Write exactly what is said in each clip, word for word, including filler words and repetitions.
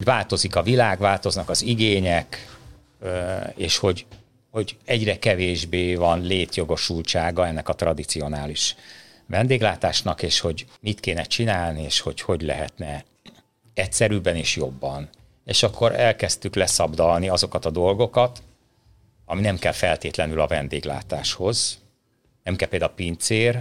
változik a világ, változnak az igények, és hogy, hogy egyre kevésbé van létjogosultsága ennek a tradicionális vendéglátásnak, és hogy mit kéne csinálni, és hogy hogy lehetne egyszerűbben és jobban. És akkor elkezdtük leszabdalni azokat a dolgokat, ami nem kell feltétlenül a vendéglátáshoz. Nem kell például a pincér,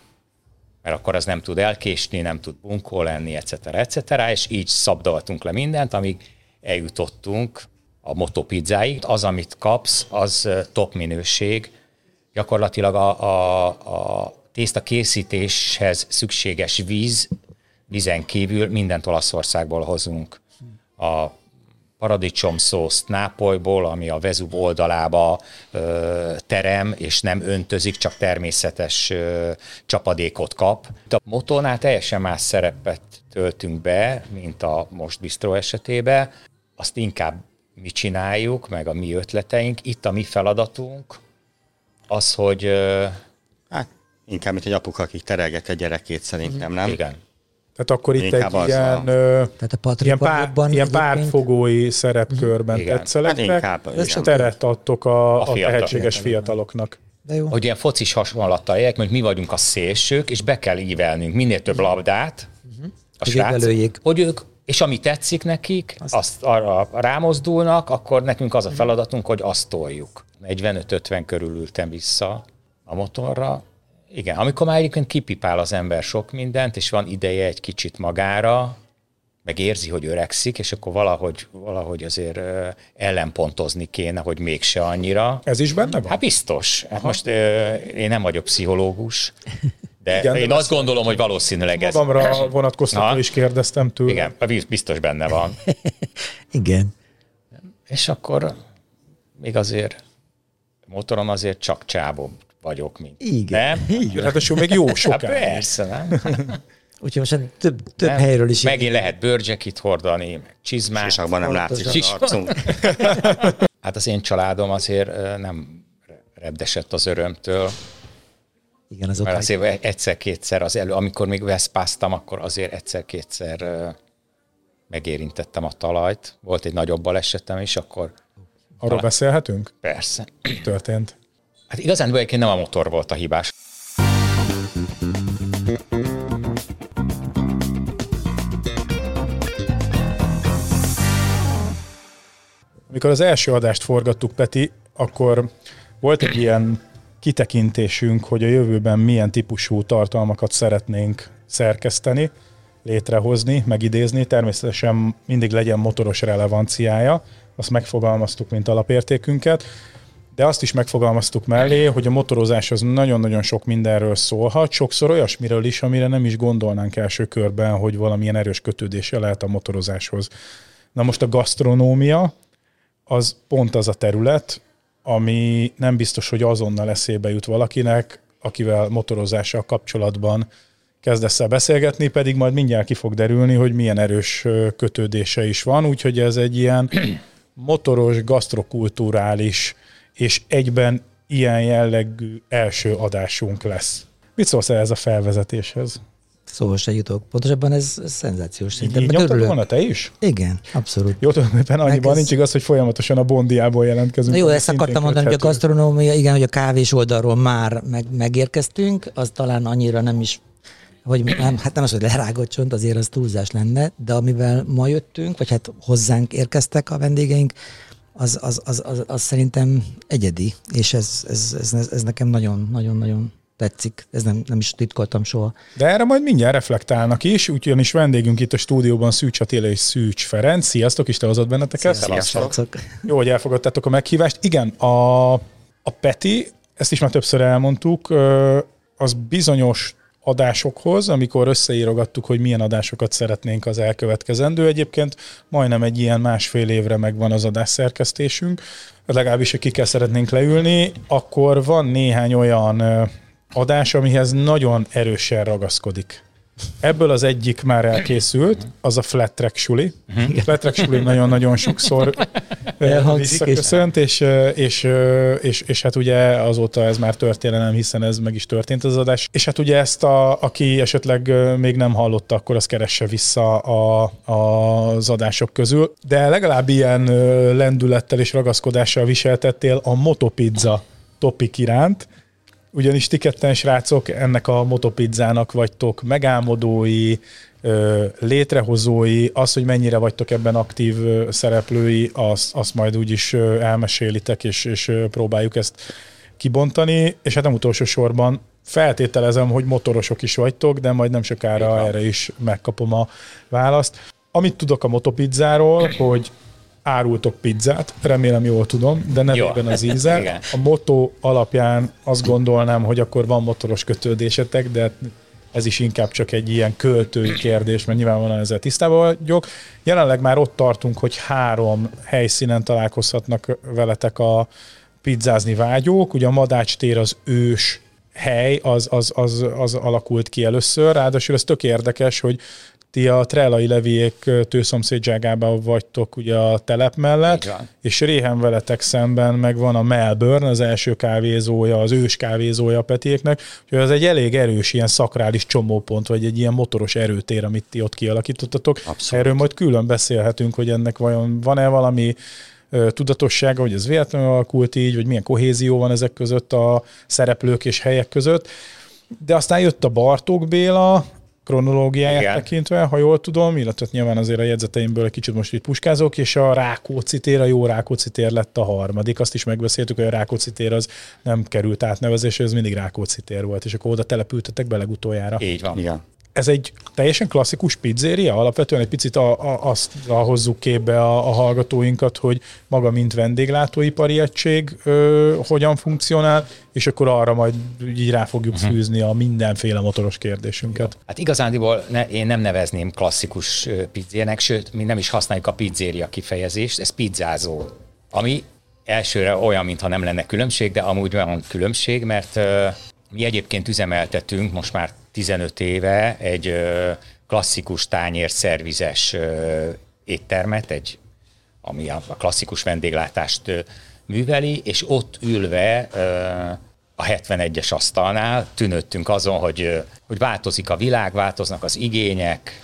mert akkor az nem tud elkésni, nem tud bunkó lenni, et cetera, et cetera, és így szabdaltunk le mindent, amíg eljutottunk a motopizzáig. Az, amit kapsz, az top minőség. Gyakorlatilag a, a, a tészta készítéshez szükséges víz, vízen kívül mindent Olaszországból hozunk. A paradicsomszószt Nápolyból, ami a Vezúv oldalába ö, terem, és nem öntözik, csak természetes ö, csapadékot kap. A motornál teljesen más szerepet töltünk be, mint a Most Bistro esetében. Azt inkább mi csináljuk, meg a mi ötleteink. Itt a mi feladatunk az, hogy... Ö, hát inkább, mint egy apuka, aki terelget a gyerekét, szerintem, nem? Igen. Tehát akkor itt inkább egy ilyen, a... Tehát a ilyen, pár, ilyen pártfogói szerepkörben igen. tetszelektek, hát inkább, és teret adtok a, a, a fiatal. tehetséges fiataloknak. De jó. Hogy ilyen focis hasonlattal éljek, mert mi vagyunk a szélsők, és be kell ívelnünk minél több labdát uh-huh. a srácok, hogy ők, és ami tetszik nekik, azt, azt arra rámozdulnak, akkor nekünk az a feladatunk, hogy azt toljuk. negyvenöt-ötven körül ültem vissza a motorra. Igen, amikor már egyébként kipipál az ember sok mindent, és van ideje egy kicsit magára, meg érzi, hogy öregszik, és akkor valahogy, valahogy azért ö, ellenpontozni kéne, hogy mégse annyira. Ez is benne van? Hát biztos. Hát most ö, én nem vagyok pszichológus, de igen, én de azt gondolom, hogy valószínűleg ez... Magamra vonatkoztató is kérdeztem tőle. Igen, biztos benne van. Igen. És akkor még azért motoron azért csak csábom vagyok, mint. Igen. Nem? Igen. Hát még jó sokáig. Hát persze, nem? Úgyhogy most több, több nem. helyről is... Megint lehet bőrcsekit hordani, meg csizmát. Sisakban nem látszik az arcunk. Hát az én családom azért nem repdesett az örömtől. Igen, az mert azért egyszer-kétszer, az elő, amikor még veszpáztam, akkor azért egyszer-kétszer megérintettem a talajt. Volt egy nagyobb balesetem is, akkor... Arról talán... beszélhetünk? Persze. Történt. Hát igazán egyébként nem a motor volt a hibás. Amikor az első adást forgattuk, Peti, akkor volt egy ilyen kitekintésünk, hogy a jövőben milyen típusú tartalmakat szeretnénk szerkeszteni, létrehozni, megidézni. Természetesen mindig legyen motoros relevanciája, azt megfogalmaztuk, mint alapértékünket, de azt is megfogalmaztuk mellé, hogy a motorozás az nagyon-nagyon sok mindenről szólhat, sokszor olyasmiről is, amire nem is gondolnánk első körben, hogy valamilyen erős kötődése lehet a motorozáshoz. Na most a gasztronómia az pont az a terület, ami nem biztos, hogy azonnal eszébe jut valakinek, akivel motorozással kapcsolatban kezdesz el beszélgetni, pedig majd mindjárt ki fog derülni, hogy milyen erős kötődése is van, úgyhogy ez egy ilyen motoros, gasztrokulturális és egyben ilyen jellegű első adásunk lesz. Mit szólsz ez a felvezetéshez? Szóval se jutok. Pontosabban ez, ez szenzációs. Így, így nyomtad volna te is? Igen, abszolút. Jó, tulajdonképpen annyiban ez... nincs igaz, hogy folyamatosan a Bondiából jelentkezünk. Na jó, ezt akartam mondani, hogy a gasztronómia, igen, hogy a kávés oldalról már meg, megérkeztünk, az talán annyira nem is, hogy nem, hát nem az, hogy lerágott csont, azért az túlzás lenne, de amivel ma jöttünk, vagy hát hozzánk érkeztek a vendégeink, az, az, az, az, az szerintem egyedi, és ez, ez, ez, ez nekem nagyon-nagyon-nagyon tetszik. Ez nem, nem is titkoltam soha. De erre majd mindjárt reflektálnak is, ugyanis vendégünk itt a stúdióban Szűcs Attila és Szűcs Ferenc. Sziasztok, Isten hozott benneteket. Sziasztok. Jó, hogy elfogadtátok a meghívást. Igen, a, a Peti, ezt is már többször elmondtuk, az bizonyos adásokhoz, amikor összeírogattuk, hogy milyen adásokat szeretnénk az elkövetkezendő. Egyébként majdnem egy ilyen másfél évre megvan az adásszerkesztésünk, legalábbis, hogy kikkel szeretnénk leülni, akkor van néhány olyan adás, amihez nagyon erősen ragaszkodik. Ebből az egyik már elkészült, az a Flat Track suli. Uh-huh. Flat Track suli nagyon-nagyon sokszor visszaköszönt, és, és, és, és hát ugye azóta ez már történelem, hiszen ez meg is történt az adás. És hát ugye ezt, a, aki esetleg még nem hallotta, akkor az keresse vissza a, a, az adások közül. De legalább ilyen lendülettel és ragaszkodással viseltettél a Motopizza topik iránt, ugyanis ti ketten srácok ennek a Motopizzának vagytok megálmodói, létrehozói, az, hogy mennyire vagytok ebben aktív szereplői, azt, azt majd úgyis elmesélitek, és, és próbáljuk ezt kibontani, és hát nem utolsó sorban feltételezem, hogy motorosok is vagytok, de majd nem sokára erre is megkapom a választ. Amit tudok a Motopizzáról, hogy árultok pizzát, remélem jól tudom, de nevében az íze. A Moto alapján azt gondolnám, hogy akkor van motoros kötődésetek, de ez is inkább csak egy ilyen költői kérdés, mert nyilvánvalóan ezzel tisztában vagyok. Jelenleg már ott tartunk, hogy három helyszínen találkozhatnak veletek a pizzázni vágyók. Ugye a Madács tér az ős hely, az, az, az, az alakult ki először. Ráadásul ez tök érdekes, hogy ti a Trellai Leviék tőszomszédságában vagytok ugye a telep mellett, és Réhen veletek szemben meg van a Melbourne, az első kávézója, az ős kávézója a Petiéknek, úgyhogy az egy elég erős ilyen szakrális csomópont, vagy egy ilyen motoros erőtér, amit ti ott kialakítottatok. Abszolút. Erről majd külön beszélhetünk, hogy ennek vajon van-e valami tudatossága, hogy ez véletlenül alakult így, vagy milyen kohézió van ezek között a szereplők és helyek között. De aztán jött a Bartók Béla, kronológiáját Igen. tekintve, ha jól tudom, illetve nyilván azért a jegyzeteimből egy kicsit most itt puskázok, és a Rákóczi tér, a jó Rákóczi tér lett a harmadik. Azt is megbeszéltük, hogy a Rákóczi tér az nem került átnevezésre, ez mindig Rákóczi tér volt, és akkor oda települtetek be legutoljára. Így van. Igen. Ez egy teljesen klasszikus pizzéria? Alapvetően egy picit a, a, azt hozzuk képbe a, a hallgatóinkat, hogy maga mint vendéglátóipari egység ö, hogyan funkcionál, és akkor arra majd így rá fogjuk uh-huh. fűzni a mindenféle motoros kérdésünket. Hát igazándiból ne, én nem nevezném klasszikus pizzének, sőt, mi nem is használjuk a pizzéria kifejezést, ez pizzázó, ami elsőre olyan, mintha nem lenne különbség, de amúgy van különbség, mert ö, mi egyébként üzemeltetünk most már tizenöt éve egy klasszikus tányérszervizes éttermet, egy, ami a klasszikus vendéglátást műveli, és ott ülve a hetvenegyes asztalnál tűnődtünk azon, hogy, hogy változik a világ, változnak az igények,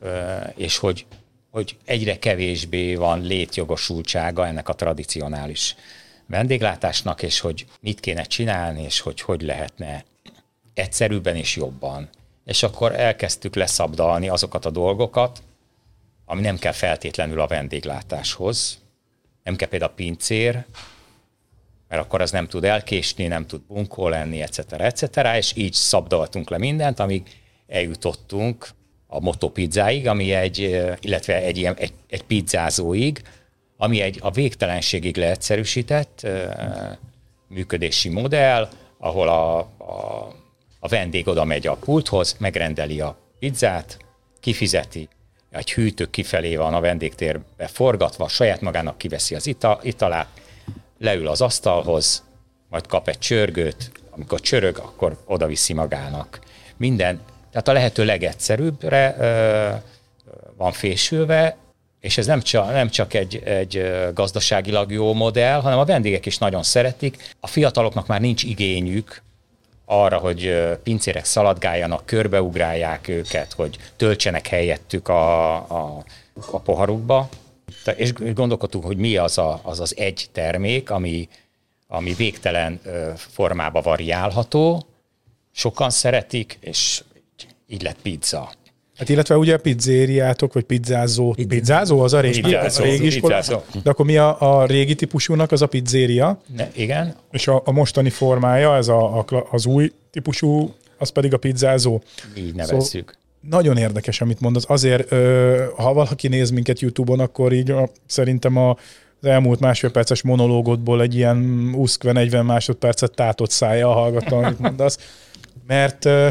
és hogy, hogy egyre kevésbé van létjogosultsága ennek a tradicionális vendéglátásnak, és hogy mit kéne csinálni, és hogy hogy lehetne egyszerűbben és jobban. És akkor elkezdtük leszabdalni azokat a dolgokat, ami nem kell feltétlenül a vendéglátáshoz. Nem kell például a pincér, mert akkor az nem tud elkésni, nem tud bunkó lenni, et cetera, et cetera. És így szabdaltunk le mindent, amíg eljutottunk a Motopizzáig, ami egy, illetve egy, ilyen, egy, egy pizzázóig, ami egy a végtelenségig leegyszerűsített működési modell, ahol a, a A vendég oda megy a pulthoz, megrendeli a pizzát, kifizeti, egy hűtő kifelé van a vendégtérbe forgatva, saját magának kiveszi az ita, italát, leül az asztalhoz, majd kap egy csörgőt, amikor csörög, akkor oda viszi magának. Minden, tehát a lehető legegyszerűbbre ö, van fésülve, és ez nem csak, nem csak egy, egy gazdaságilag jó modell, hanem a vendégek is nagyon szeretik. A fiataloknak már nincs igényük arra, hogy pincérek szaladgáljanak, körbeugrálják őket, hogy töltsenek helyettük a, a, a poharukba. És gondolkodtunk, hogy mi az a, az, az egy termék, ami, ami végtelen formába variálható, sokan szeretik, és így lett pizza. Hát illetve ugye a pizzériátok, vagy pizzázó, pizzázó az a régi, pizzázó, a régi iskola, de akkor mi a, a régi típusúnak az a pizzéria? Ne, igen. És a, a mostani formája, ez a, a, az új típusú, az pedig a pizzázó. Így nevezzük. Szóval nagyon érdekes, amit mondasz. Azért, ö, ha valaki néz minket YouTube-on, akkor így a, szerintem a, az elmúlt másfél perces monológodból egy ilyen húsz-negyven másodpercet tátott szája hallgattam, amit mondasz. Mert... Ö,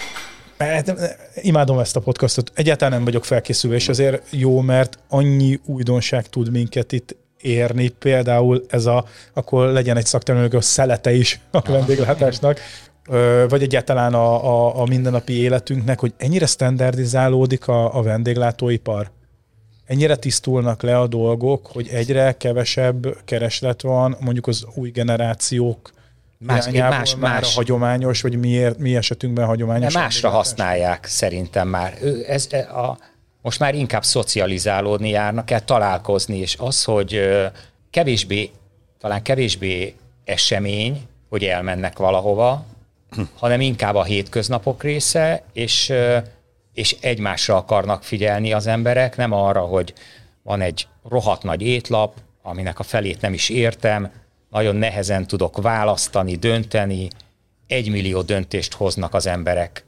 Mert imádom ezt a podcastot, egyáltalán nem vagyok felkészülve, és azért jó, mert annyi újdonság tud minket itt érni, például ez a, akkor legyen egy szaktermelők a szelete is a vendéglátásnak, vagy egyáltalán a, a, a mindennapi életünknek, hogy ennyire standardizálódik a, a vendéglátóipar. ennyire tisztulnak le a dolgok, hogy egyre kevesebb kereslet van, mondjuk az új generációk Más, irányából más, már más, a hagyományos, vagy miért, mi esetünkben hagyományos. másra használják szerintem már. Ő- Ez, a, most már inkább szocializálódni járnak, kell találkozni, és az, hogy ö, kevésbé, talán kevésbé esemény, hogy elmennek valahova, hanem inkább a hétköznapok része, és, ö, és egymásra akarnak figyelni az emberek, nem arra, hogy van egy rohadt nagy étlap, aminek a felét nem is értem, nagyon nehezen tudok választani, dönteni, egymillió döntést hoznak az emberek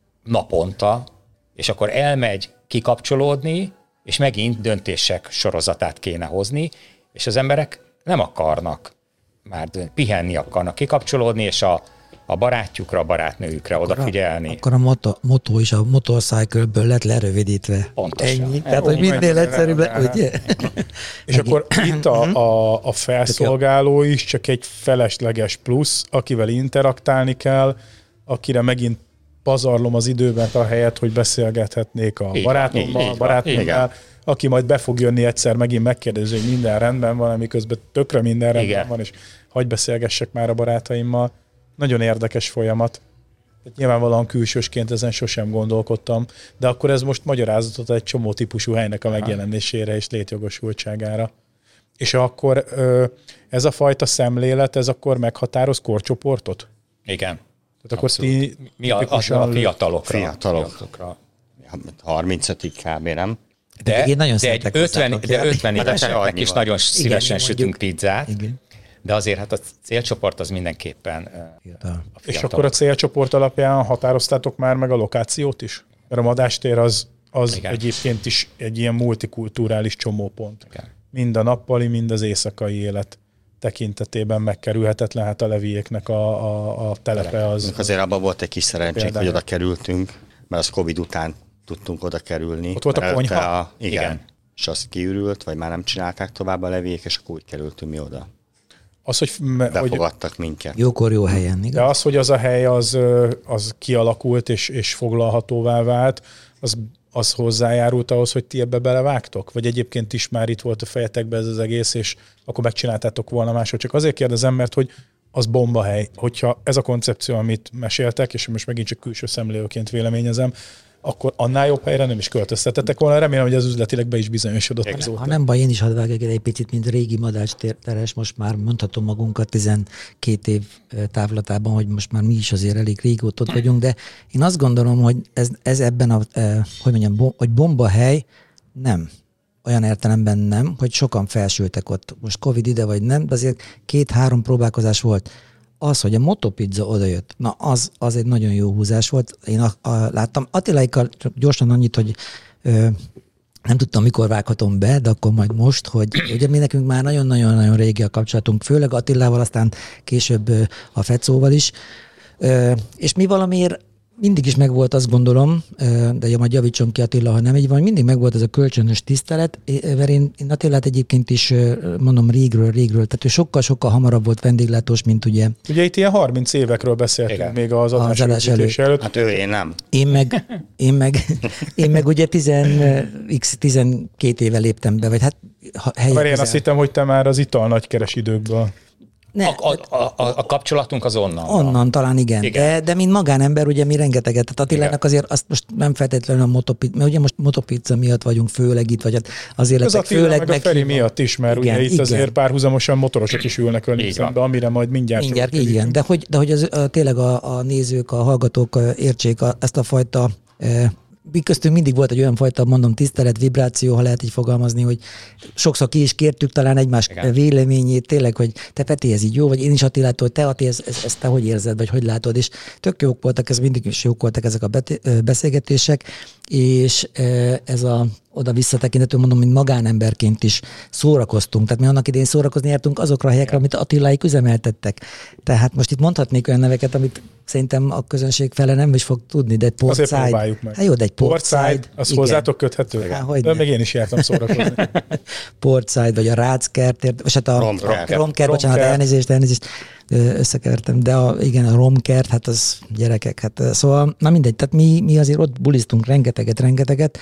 naponta, és akkor elmegy kikapcsolódni, és megint döntések sorozatát kéne hozni, és az emberek nem akarnak már dönt, pihenni akarnak, kikapcsolódni, és a, a barátjukra, a barátnőjükre odafigyelni. Akkor a moto, moto is a motorcycle-ből lett lerövidítve. Pontosan. Ennyi. Tehát, hogy minél egyszerűbb, ugye? És akkor itt a, a, a felszolgáló is csak egy felesleges plusz, akivel interaktálni kell, akire megint pazarlom az időben a helyet, hogy beszélgethetnék a Így barátommal, van, így van, barátnőmmel, aki majd be fog jönni egyszer, megint megkérdezi, hogy minden rendben van, miközben tökre minden rendben Igen. van, és hagyj beszélgessek már a barátaimmal. Nagyon érdekes folyamat. Tehát nyilvánvalóan külsősként ezen sosem gondolkodtam, de akkor ez most magyarázatot egy csomó típusú helynek a megjelenésére és létjogosultságára. És akkor ö, ez a fajta szemlélet, ez akkor meghatároz korcsoportot? Igen. Tehát akkor ti Mi a, az a fiatalokra. Fiatalok. fiatalokra. harmincöt kb. Nem? De, Én nagyon de egy szeretek ötven, hozzátok de járni. ötven éveseknek annyi is van. nagyon szívesen Igen, sütünk mondjuk. pizzát, Igen. de azért hát a célcsoport az mindenképpen ö, Fiatal. a És fiatalok. akkor a célcsoport alapján határoztátok már meg a lokációt is? Mert a madástér az, az Igen. egyébként is egy ilyen multikulturális csomópont. Igen. Mind a nappali, mind az éjszakai élet tekintetében megkerülhetetlen, hát a leviéknek a, a, a telepe az... Azért abban volt egy kis szerencsénk, Például. hogy oda kerültünk, mert az Covid után tudtunk oda kerülni. Ott volt a Mert konyha? előtte A, igen. Igen. igen. És az kiürült, vagy már nem csinálták tovább a levék, és akkor úgy kerültünk mi oda. Az, hogy, me- hogy Befogadtak minket. Jókor jó helyen, de igaz? az, hogy az a hely az, ö, az kialakult és, és foglalhatóvá vált, az, az hozzájárult ahhoz, hogy ti ebbe belevágtok? Vagy egyébként is már itt volt a fejetekben ez az egész, és akkor megcsináltátok volna máshogy? Csak azért kérdezem, mert hogy az bombahely. Hogyha ez a koncepció, amit meséltek, és most megint csak külső szemlélőként véleményezem, akkor annál jobb helyre nem is költöztetettek volna. Remélem, hogy az üzletileg be is bizonyosodott azóta. Ha nem baj, én is hadd vágjak egy picit, mint régi madácsteres, most már mondhatom magunkat tizenkét év távlatában, hogy most már mi is azért elég régóta ott vagyunk, de én azt gondolom, hogy ez, ez ebben a, eh, hogy mondjam, bo, hogy bombahely nem. Olyan értelemben nem, hogy sokan felsültek ott. Most Covid ide vagy nem, de azért két-három próbálkozás volt. Az, hogy a Motopizza odajött, na az, az egy nagyon jó húzás volt. Én a, a, láttam Attiláikkal csak gyorsan annyit, hogy ö, nem tudtam, mikor vághatom be, de akkor majd most, hogy ugye mi nekünk már nagyon-nagyon-nagyon régi a kapcsolatunk, főleg Attilával, aztán később ö, a Fecóval is. Ö, és mi valamiért mindig is megvolt, azt gondolom, de majd javítson ki Attila, ha nem így van, mindig megvolt ez a kölcsönös tisztelet, mert én, én Attilát egyébként is mondom régről, régről, tehát ő sokkal-sokkal hamarabb volt vendéglátós, mint ugye. Ugye itt ilyen harminc évekről beszéltünk Igen. még az adás, adás előtt. előtt. Hát ő, én nem. Én meg, én meg, én meg ugye tizenkét éve léptem be, vagy hát helyen Mert én közel. azt hittem, hogy te már az ital nagykeres időkből. Ne, A, a, a, a kapcsolatunk az onnan. van. Onnan talán igen, Igen. De, de mint magánember ugye mi rengeteget, tehát Attilának Igen. azért azt most nem feltétlenül a motopizza, mert ugye most motopizza miatt vagyunk főleg itt, vagy hát azért Az lettek Attila főleg meg a Feri meghívva. miatt is, mert Igen, ugye itt igen. azért párhuzamosan motorosok is ülnek önök Így van. szembe, amire majd mindjárt Mindjárt, sor így igen, kerülünk. de hogy, de hogy az, a, tényleg a, a nézők, a hallgatók a, értsék a, ezt a fajta e, mi köztünk mindig volt egy olyan fajta, mondom, tisztelet, vibráció, ha lehet így fogalmazni, hogy sokszor ki is kértük talán egymás Igen. véleményét, tényleg, hogy te Peti, ez így jó, vagy én is Attilától, hogy te Ati, ez, ez, ezt te hogy érzed, vagy hogy látod, és tök jók voltak, ez mindig is jók voltak ezek a beti- beszélgetések, és ez a oda visszatekintető, mondom, mint magánemberként is szórakoztunk. Tehát mi annak idén szórakozni jártunk azokra a helyekre, amit Attiláik üzemeltettek. Tehát most itt mondhatnék olyan neveket, amit szerintem a közönség fele nem is fog tudni, de egy Azért Portside. próbáljuk meg. Hát jó, de egy Portside. Portside, az igen. hozzátok köthető? Há, De hogyne. még én is jártam szórakozni. Portside, vagy a Ráckert, vagy hát a Romkert. Romkert, bocsánat, Romkert. elnézést, elnézést, ö, összekevertem, de a, igen, a Romkert, hát az gyerekek, hát szóval, na mindegy, tehát mi, mi azért ott buliztunk rengeteget, rengeteget,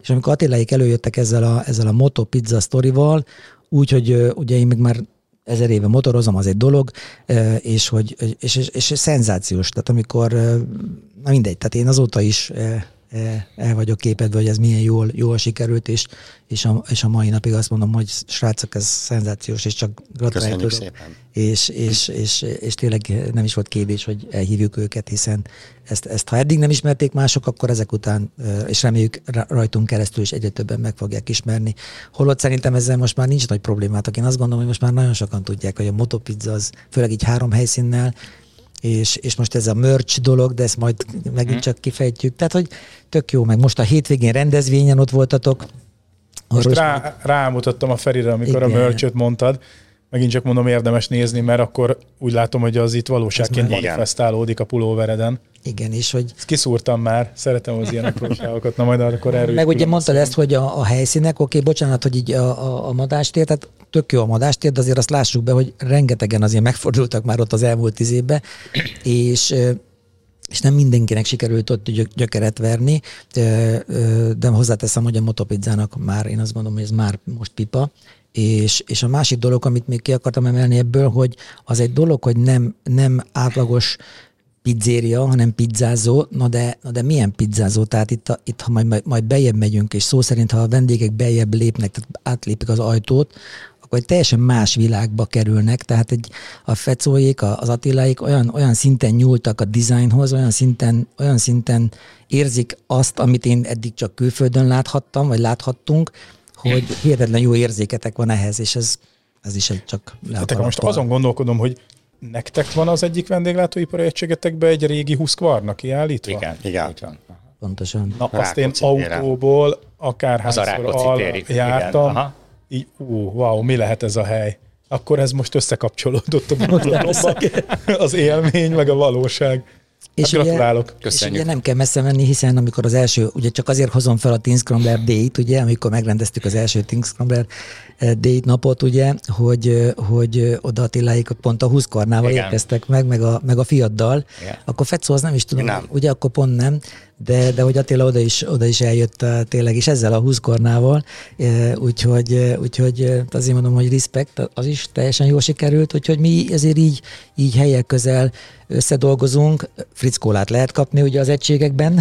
És amikor Attiláik előjöttek ezzel a, ezzel a Moto Pizza sztorival, úgyhogy ugye én meg már ezer éve motorozom, az egy dolog, és, hogy, és, és, és szenzációs. Tehát amikor, na mindegy, tehát én azóta is el vagyok képedve, hogy ez milyen jól, jól sikerült, és, és, a, és a mai napig azt mondom, hogy srácok, ez szenzációs, és csak gratulálni tudok. Szépen. És, és, és, és tényleg nem is volt kérdés, hogy elhívjuk őket, hiszen ezt, ezt ha eddig nem ismerték mások, akkor ezek után, és reméljük rajtunk keresztül is egyre többen meg fogják ismerni. Holott szerintem ezzel most már nincs nagy problémátok. Én azt gondolom, hogy most már nagyon sokan tudják, hogy a Moto Pizza az, főleg így három helyszínnel, És, és most ez a merch dolog, de ezt majd megint csak kifejtjük. Tehát, hogy tök jó, meg most a hétvégén rendezvényen ott voltatok. Most rá, rámutattam a Ferire, amikor igen. a merch-öt mondtad. Megint csak mondom, érdemes nézni, mert akkor úgy látom, hogy az itt valóságként manifestálódik a pulóvereden. Igen, és hogy... Ezt kiszúrtam már, szeretem az ilyen apróságokat, na majd akkor erről. Meg ugye mondtad ezt, hogy a, a helyszínek, oké, okay, bocsánat, hogy így a, a, a madástér, tehát tök jó a madástér, de azért azt lássuk be, hogy rengetegen azért megfordultak már ott az elmúlt tíz évben, és, és nem mindenkinek sikerült ott gyökeret verni, de hozzáteszem, hogy a Moto Pizzának már, én azt mondom, hogy ez már most pipa, és, és a másik dolog, amit még ki akartam emelni ebből, hogy az egy dolog, hogy nem, nem átlagos pizzéria, hanem pizzázó, na de, na de milyen pizzázó? Tehát itt, a, itt ha majd, majd bejebb megyünk, és szó szerint, ha a vendégek bejebb lépnek, tehát átlépik az ajtót, akkor egy teljesen más világba kerülnek, tehát egy, a Fecóék, az Attiláik olyan, olyan szinten nyúltak a dizájnhoz, olyan szinten, olyan szinten érzik azt, amit én eddig csak külföldön láthattam, vagy láthattunk, hogy hihetetlen jó érzéketek van ehhez, és ez, ez is egy csak le most azon gondolkodom, hogy nektek van az egyik vendéglátóipari egységetekben egy régi Husqvarna kiállítva? Igen, igen. Van. Pontosan. Na, azt én autóból akárhányszor jártam, így, ú, wow, mi lehet ez a hely? Akkor ez most összekapcsolódott a az élmény, meg a valóság. És, hát gratulálok. Ugye, és ugye nem kell messze menni, hiszen amikor az első, ugye csak azért hozom fel a Tin Scrambler Day-t, ugye, amikor megrendeztük az első Tin Scrambler Day napot, ugye, hogy, hogy oda Attiláik pont a Husqvarnával érkeztek meg, meg a, meg a Fiatdal. Igen. Akkor Fecó az nem is tudom, nem. Ugye akkor pont nem, de, de hogy Attila oda is, oda is eljött tényleg, és ezzel a Husqvarnával, úgyhogy, úgyhogy azért mondom, hogy respekt, az is teljesen jól sikerült, úgyhogy mi ezért így, így helyek közel összedolgozunk, Fritz Kólát lehet kapni ugye az egységekben,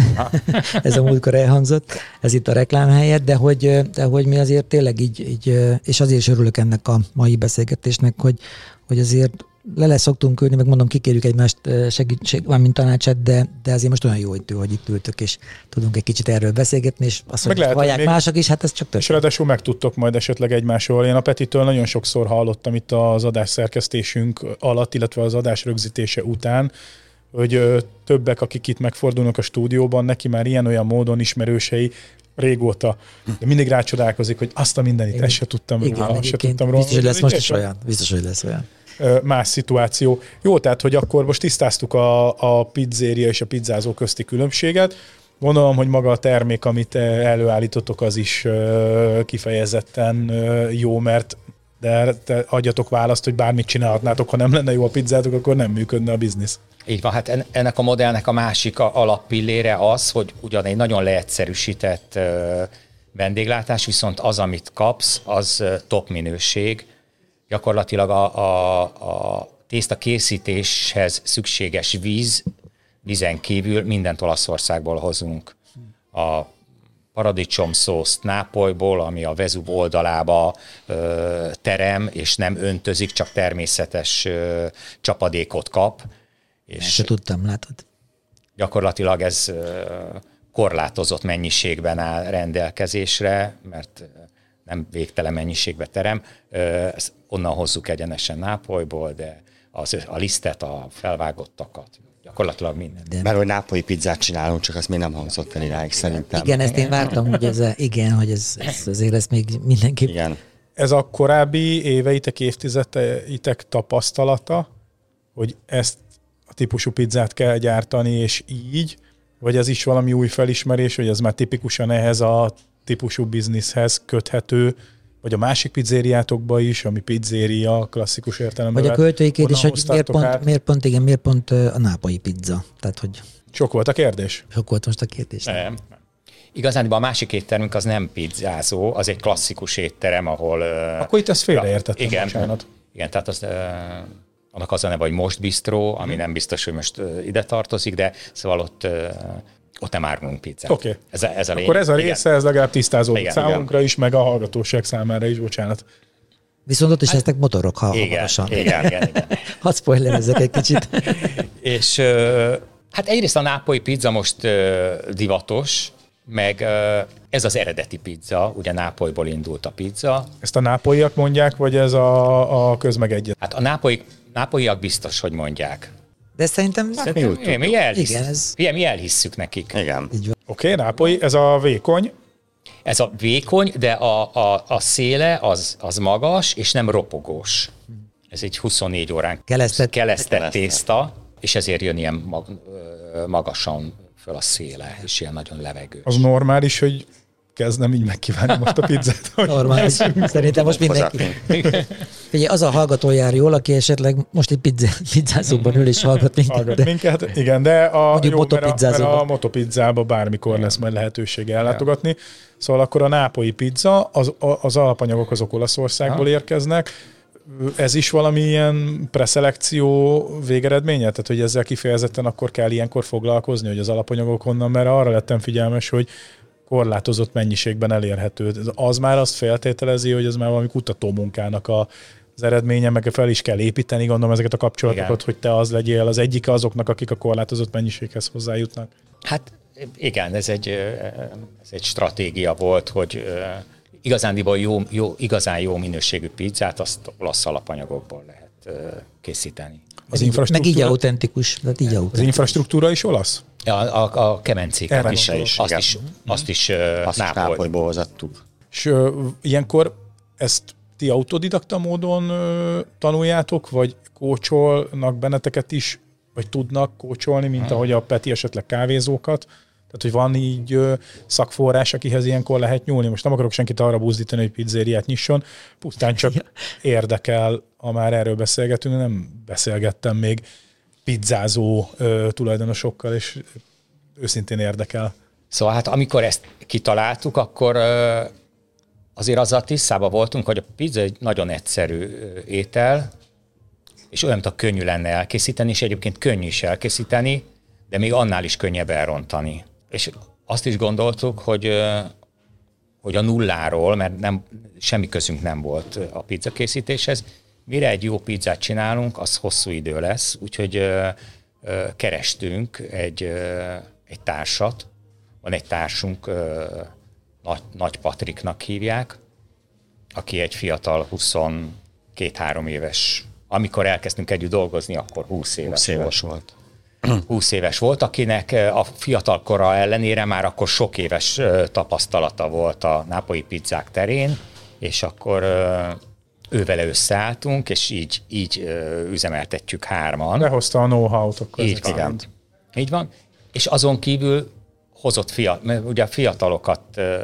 ez a múltkor elhangzott, ez itt a reklám helyett, de hogy, de hogy mi azért tényleg így, így, és azért is örülök ennek a mai beszélgetésnek, hogy, hogy azért le lesz szoktunk ülni, meg mondom, kikérjük egymást segítség, mint tanácsát, de, de azért most olyan jó idő, hogy itt ültök, és tudunk egy kicsit erről beszélgetni, és azt, hogy hallják még mások is, hát ez csak több. És ráadásul megtudtok majd esetleg egymásról. Én a Petitől nagyon sokszor hallottam itt az adás szerkesztésünk alatt, illetve az adás rögzítése után, hogy többek, akik itt megfordulnak a stúdióban, neki már ilyen-olyan módon ismerősei régóta, de mindig rácsodálkozik, hogy azt a mindenit, ezt se tudtam igen, róla, se tudtam róla. Biztos, hogy lesz most is olyan. Biztos, hogy lesz olyan. Más szituáció. Jó, tehát, hogy akkor most tisztáztuk a, a pizzéria és a pizzázó közti különbséget. Gondolom, hogy maga a termék, amit előállítotok, az is kifejezetten jó, mert de te adjatok választ, hogy bármit csinálhatnátok, ha nem lenne jó a pizzátok, akkor nem működne a biznisz. Így van, hát ennek a modellnek a másik alappillére az, hogy ugyan egy nagyon leegyszerűsített vendéglátás, viszont az, amit kapsz, az top minőség. Gyakorlatilag a, a, a tészta készítéshez szükséges víz, vízen kívül mindent Olaszországból hozunk. A paradicsomszószt Nápolyból, ami a Vezúv oldalába ö, terem, és nem öntözik, csak természetes ö, csapadékot kap. És se tudtam, látod? Gyakorlatilag ez ö, korlátozott mennyiségben áll rendelkezésre, mert nem végtelen mennyiségbe terem. Ö, ezt onnan hozzuk egyenesen Nápolyból, de az, a lisztet, a felvágottakat, gyakorlatilag minden. De... Mert hogy nápolyi pizzát csinálunk, csak azt még nem hangzott el iráig szerintem. Igen, ezt én vártam, hogy ez, a, igen, hogy ez, ez azért ezt még mindenképp. Igen. Ez a korábbi éveitek, évtizedeitek tapasztalata, hogy ezt a típusú pizzát kell gyártani, és így, vagy ez is valami új felismerés, hogy ez már tipikusan ehhez a típusú bizniszhez köthető, vagy a másik pizzériátokba is, ami pizzéria, klasszikus értelemben. Vagy a költőikét is, hogy miért pont, miért pont, igen, miért pont a nápolyi pizza. Tehát, hogy sok volt a kérdés? Sok volt most a kérdés. Nem. Igazán a másik éttermünk az nem pizzázó, az egy klasszikus étterem, ahol... Akkor itt ezt félreértettem, igen, bocsánat. Igen, tehát az, annak az a neve, hogy Most Bistró, ami nem biztos, hogy most ide tartozik, de szóval ott, ott nem árulunk pizzát. Oké. Okay. Ez, ez a Akkor ez a része, igen. Ez legalább tisztázódott igen, számunkra igen. is, meg a hallgatóság számára is, bocsánat. Viszont ott is lesznek motorok, ha igen, hamarosan. Igen, igen, igen. Hadd spoilerezzek egy kicsit. És hát egyrészt a nápolyi pizza most divatos, meg ez az eredeti pizza, ugye Nápolyból indult a pizza. Ezt a nápolyiak mondják, vagy ez a, a közmegegyet? Hát a nápolyi, nápolyiak biztos, hogy mondják. De szerintem... Hát mi, mi, mi, elhisz, igen, ez... mi, mi elhisszük nekik. Igen. Oké, okay, nápolyi, ez a vékony. Ez a vékony, de a, a, a széle az, az magas, és nem ropogós. Ez egy huszonnégy órán kelesztett, kelesztett tészta, és ezért jön ilyen mag, magasan föl a széle, és ilyen nagyon levegős. Az normális, hogy kezdem így megkívánni most a pizzát. Normális. Szerintem most mindenki. Figyelj, az a hallgató jár jól, aki esetleg most egy pizza, pizzázóban ül és hallgat minket. Hallgat de... minket, igen, de a, jó, mert a, mert a motopizzába bármikor lesz majd lehetőség ellátogatni. Szóval akkor a nápolyi pizza, az, az alapanyagok azok Olaszországból ha. érkeznek. Ez is valami ilyen preszelekció végeredménye? Tehát, hogy ezzel kifejezetten akkor kell ilyenkor foglalkozni, hogy az alapanyagok honnan, mert arra lettem figyelmes, hogy korlátozott mennyiségben elérhető. Az már azt feltételezi, hogy ez már valami kutatómunkának a, az eredménye, meg fel is kell építeni, gondolom ezeket a kapcsolatokat, igen. hogy te az legyél az egyike azoknak, akik a korlátozott mennyiséghez hozzájutnak. Hát igen, ez egy, ez egy stratégia volt, hogy igazándiból jó, jó, igazán jó minőségű pizzát azt olasz alapanyagokból lehet készíteni. Az infrastruktúra... Meg így autentikus. Tehát így autentikus. Az infrastruktúra is olasz? A, a, a kemencéket is, is, azt is, azt is, azt is Nápolyból hozattuk. És uh, ilyenkor ezt ti autodidakta módon uh, tanuljátok, vagy kócsolnak benneteket is, vagy tudnak kócsolni, mint hmm. ahogy a Peti esetleg kávézókat? Tehát, hogy van így ö, szakforrás, akihez ilyenkor lehet nyúlni. Most nem akarok senkit arra buzdítani, hogy pizzériát nyisson, pusztán csak érdekel, ha már erről beszélgetünk, nem beszélgettem még pizzázó ö, tulajdonosokkal, és őszintén érdekel. Szóval hát amikor ezt kitaláltuk, akkor ö, azért azzal tisztában voltunk, hogy a pizza egy nagyon egyszerű étel, és olyan, mint könnyű lenne elkészíteni, és egyébként könnyű is elkészíteni, de még annál is könnyebb elrontani. És azt is gondoltuk, hogy, hogy a nulláról, mert nem, semmi közünk nem volt a pizzakészítéshez, mire egy jó pizzát csinálunk, az hosszú idő lesz, úgyhogy kerestünk egy, egy társat, van egy társunk, Nagy, Nagy Patriknak hívják, aki egy fiatal huszonkettő-három éves, amikor elkezdtünk együtt dolgozni, akkor húsz éves, húsz éves volt. volt. húsz éves volt, akinek a fiatal kora ellenére már akkor sok éves tapasztalata volt a nápolyi pizzák terén, és akkor ővele összeálltunk, és így, így üzemeltetjük hárman. Behozta a know-how-t akkor. Így van. Így van. És azon kívül hozott fiatal, mert ugye a fiatalokat ö,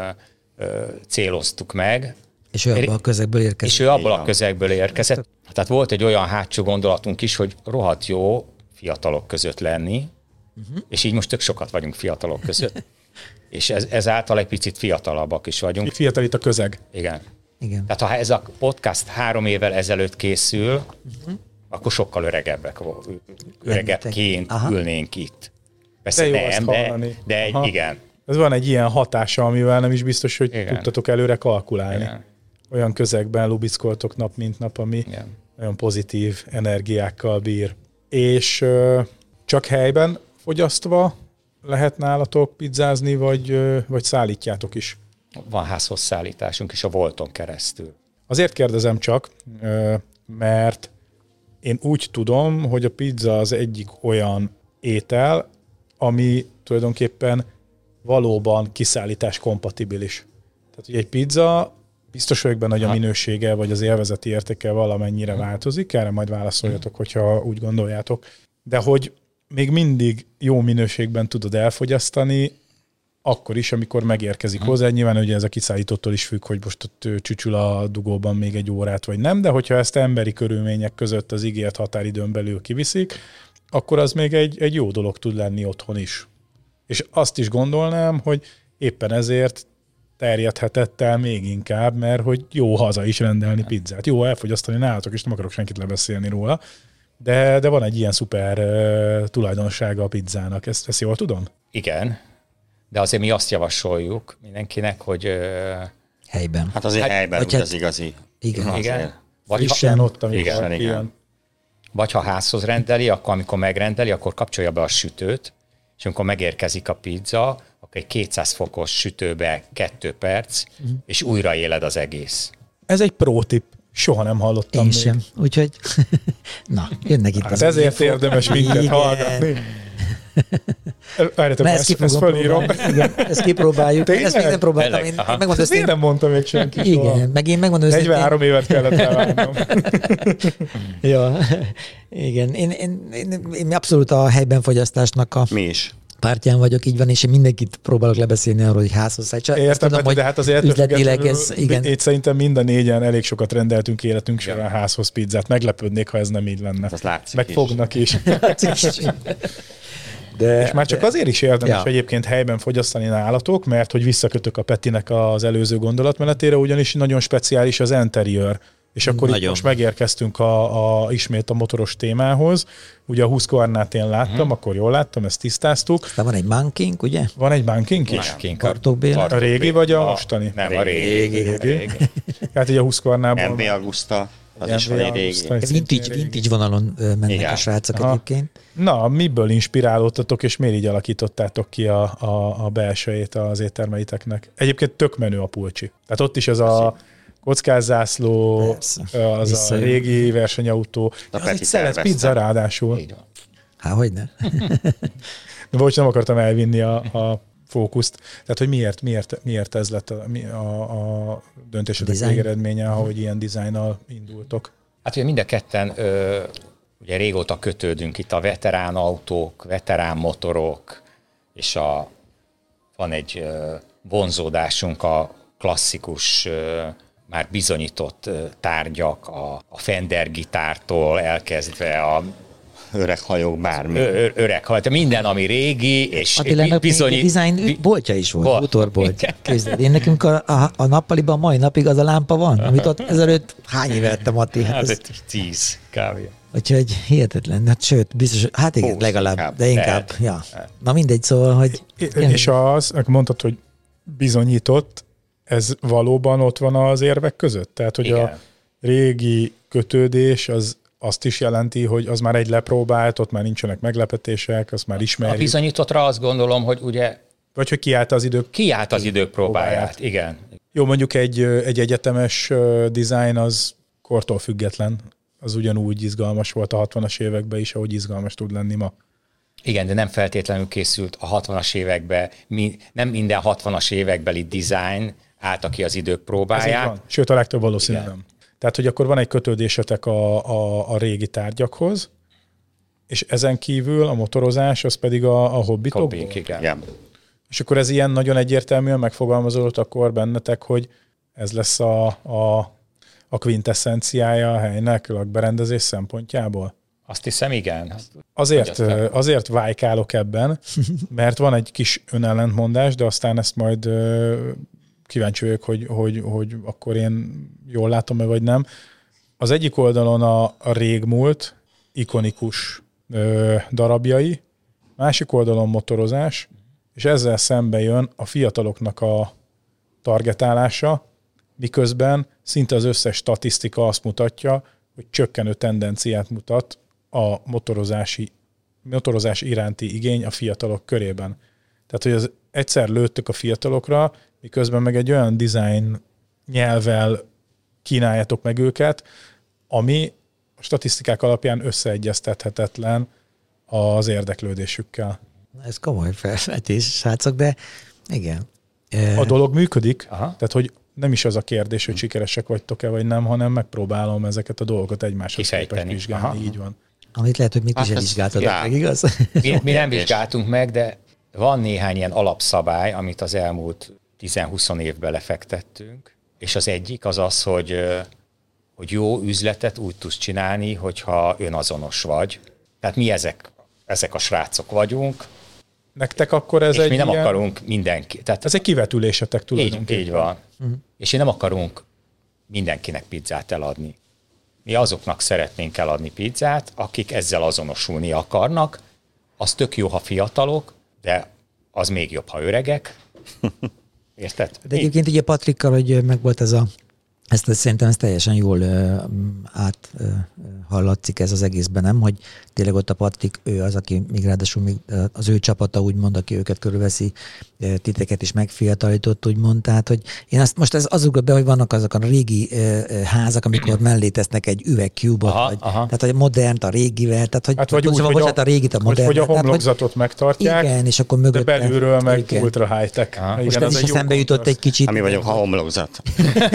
ö, céloztuk meg. És ő abból a közegből érkezett. És ő abból a közegből érkezett. Tehát volt egy olyan hátsó gondolatunk is, hogy rohadt jó fiatalok között lenni, uh-huh. és így most tök sokat vagyunk fiatalok között. És ez, ezáltal egy picit fiatalabbak is vagyunk. Fiatal itt a közeg. Igen. Igen. Tehát ha ez a podcast három évvel ezelőtt készül, uh-huh. akkor sokkal öregebbek, öregebbként ülnénk itt. Persze de nem, de, de egy, igen. Ez van egy ilyen hatása, amivel nem is biztos, hogy igen. tudtatok előre kalkulálni. Igen. Olyan közegben lubickoltok nap, mint nap, ami igen. olyan pozitív energiákkal bír. És ö, csak helyben fogyasztva lehet nálatok pizzázni, vagy, ö, vagy szállítjátok is? Van házhoz szállításunk is a Volton keresztül. Azért kérdezem csak, ö, mert én úgy tudom, hogy a pizza az egyik olyan étel, ami tulajdonképpen valóban kiszállítás kompatibilis. Tehát, hogy egy pizza biztos vagyok benne, hogy a minősége vagy az élvezeti értéke valamennyire változik, erre majd válaszoljatok, hogyha úgy gondoljátok. De hogy még mindig jó minőségben tudod elfogyasztani, akkor is, amikor megérkezik hozzá. Nyilván ugye ez a kiszállítótól is függ, hogy most ott csücsül a dugóban még egy órát, vagy nem, de hogyha ezt emberi körülmények között az ígért határidőn belül kiviszik, akkor az még egy, egy jó dolog tud lenni otthon is. És azt is gondolnám, hogy éppen ezért terjedhetett el még inkább, mert hogy jó haza is rendelni pizzát. Jó elfogyasztani nálatok, és nem akarok senkit lebeszélni róla, de, de van egy ilyen szuper uh, tulajdonsága a pizzának. Ezt, ezt jól tudom? Igen, de azért mi azt javasoljuk mindenkinek, hogy... Uh, helyben. Hát azért Hát, helyben úgy hát- az igazi. Igen. Azért. igen. Vagy Frissen ha, ott, amikor igen, igen. igen. vagy ha házhoz rendeli, akkor amikor megrendeli, akkor kapcsolja be a sütőt, és amikor megérkezik a pizza, akkor egy kétszáz fokos sütőbe kettő perc, uh-huh. és újra éled az egész. Ez egy pro tip. Soha nem hallottam Én még. sem. Úgyhogy, na, jönnek itt Hát az ezért info. érdemes minket Igen. hallgatni. Várjátok, Na, ezt ezt, ki ezt fogom fölírom. próbálni. Igen, ezt kipróbáljuk. Tényleg? Ezt még nem próbáltam. Tényleg? Én Aha. megmondom Ezt miért őszintén. nem mondta még senki soha? Igen, meg én megmondom őszintén. negyvenhárom évet kellett elvárnom. Ja, igen. Én, én, én, én abszolút a helyben fogyasztásnak a Mi is. pártján vagyok, így van, és én mindenkit próbálok lebeszélni arról, hogy házhoz szállítsa. Ezt Értem, tudom, Peti, de hát azért ettől üzletileg ez, függetlenül igen. Itt szerintem mind a négyen elég sokat rendeltünk életünk során házhoz pizzát. Meglepődnék, ha ez nem így lenne. Az látszik Megfognak is. De, És már csak azért is érdemes Ja. egyébként helyben fogyasztani nálatok, mert hogy visszakötök a Petinek az előző gondolatmenetére, ugyanis nagyon speciális az interiőr. És akkor itt Nagyon. most megérkeztünk a, a, ismét a motoros témához. Ugye a Husqvarnát én láttam, uh-huh. akkor jól láttam, ezt tisztáztuk. de van egy monkink, ugye? Van egy bankink is? Másként Bartók Béla? A régi vagy a mostani? Nem, a régi. Régi. A régi. Hát így a Husqvarnában. em vé Augusta, az em is vé van egy régi. Augusta, egy Vintage, szintén régi. vintage vonalon ö, mennek Igen. a srácok Aha. egyébként. Na, miből inspirálódtatok, és miért így alakítottátok ki a, a, a belsejét az éttermeiteknek? Egyébként tök menő a pulcsi. Tehát ott is az a kockázzászló, Persze. az Visszajön. a régi versenyautó. A Az Peti egy szelet tervezte. pizza ráadásul. Így van. Há, hogyne? De bocs, nem akartam elvinni a, a fókuszt. Tehát, hogy miért, miért, miért ez lett a, mi- a, a döntésetek Design. végeredménye, hogy ilyen dizájnnal indultok? Hát ugye mind a ketten ö, ugye régóta kötődünk itt a veterán autók, veterán motorok, és a, van egy ö, vonzódásunk a klasszikus, ö, már bizonyított ö, tárgyak, a, a Fender gitártól elkezdve a Öreg hajók, bármi. ö, ö, öreg hajt, minden, ami régi, és Attilának bizonyít... bizony... design boltja is volt, Volt. motorbolt. Képzeld, én nekünk a, a, a nappaliban mai napig az a lámpa van, amit ott ezelőtt hány éve ettem, Atti? Hát Hát ez, egy tíz kávé. úgyhogy hihetetlen, hát sőt, biztos, hát igen, Húsz legalább, inkább. de inkább, Lehet. ja. Na mindegy, szóval, hogy... És az, akkor mondtad, hogy bizonyított, ez valóban ott van az érvek között? Tehát, hogy Igen. a régi kötődés az azt is jelenti, hogy az már egy lepróbált, ott már nincsenek meglepetések, azt már A ismerjük. bizonyítottra azt gondolom, hogy ugye Vagy hogy kiállt az idők. kiállt az idők próbáját. Próbáját. Igen. Jó, mondjuk egy, egy egyetemes ö, design az kortól független. Az ugyanúgy izgalmas volt a hatvanas években is, ahogy izgalmas tud lenni ma. Igen, de nem feltétlenül készült a hatvanas években, mi, nem minden hatvanas évekbeli design állta ki az idők Ez így próbáját. van. Sőt, a legtöbb valószínűleg Igen. nem. Tehát, hogy akkor van egy kötődésetek a, a, a régi tárgyakhoz, és ezen kívül a motorozás, az pedig a, a hobbitokból. Hobbink, igen. Igen. És akkor ez ilyen nagyon egyértelműen megfogalmazódott akkor bennetek, hogy ez lesz a, a, a quintessenciája a helynek lakberendezés szempontjából? Azt hiszem, igen. Azért, Hogy aztán- azért vájkálok ebben, mert van egy kis önellentmondás, de aztán ezt majd ö, kíváncsi vagyok, hogy, hogy, hogy akkor én jól látom-e, vagy nem. Az egyik oldalon a, a régmúlt, ikonikus ö, darabjai, másik oldalon motorozás, és ezzel szembe jön a fiataloknak a targetálása, miközben szinte az összes statisztika azt mutatja, hogy csökkenő tendenciát mutat a motorozási, motorozás iránti igény a fiatalok körében. Tehát, hogy az egyszer lőttök a fiatalokra, miközben meg egy olyan design nyelvvel kínáljátok meg őket, ami a statisztikák alapján összeegyeztethetetlen az érdeklődésükkel. Ez komoly felvetés, srácok, de igen. A dolog működik, Aha. tehát hogy nem is az a kérdés, hogy sikeresek vagytok-e, vagy nem, hanem megpróbálom ezeket a dolgokat egymáshoz képest Kifejteni. vizsgálni. Aha. Így van. Amit lehet, hogy még ti Hát sem ez- vizsgáltatok já. meg, igaz? Mi, mi nem És- vizsgáltunk meg, de van néhány ilyen alapszabály, amit az elmúlt tíz-húsz évben lefektettünk, és az egyik az az, hogy, ö, hogy jó üzletet úgy tudsz csinálni, hogyha önazonos vagy. Tehát mi ezek, ezek a srácok vagyunk, nektek akkor ez és egy mi nem ilyen, akarunk mindenki. Tehát ez egy kivetülésetek így, tulajdonképpen. így van. Uh-huh. És én nem akarunk mindenkinek pizzát eladni. Mi azoknak szeretnénk eladni pizzát, akik ezzel azonosulni akarnak. Az tök jó, ha fiatalok, de az még jobb, ha öregek. Érted? De egyébként ugye Patrikkal, hogy meg volt ez a, ezt szerintem ez teljesen jól uh, át uh, hallatszik ez az egészben, nem? Hogy tényleg ott a Patrik, ő az, aki még ráadásul még az ő csapata úgymond, aki őket körülveszi, titeket is megfiatalított, úgymond. Tehát, hogy én azt most ez az ugrott be, hogy vannak azok a régi uh, házak, amikor mellé tesznek egy üvegcubot, vagy, tehát hogy a modernt a régivel, tehát hogy, hát vagy úgy, szóval, hogy, bocsánat, a régit a modern. hogy a homlokzatot tehát, megtartják, igen, és akkor mögötte, de belülről meg igen. ultra high-tech. Most igen, ez az is eszembe jutott egy kicsit. Mi vagyunk a homlokzat.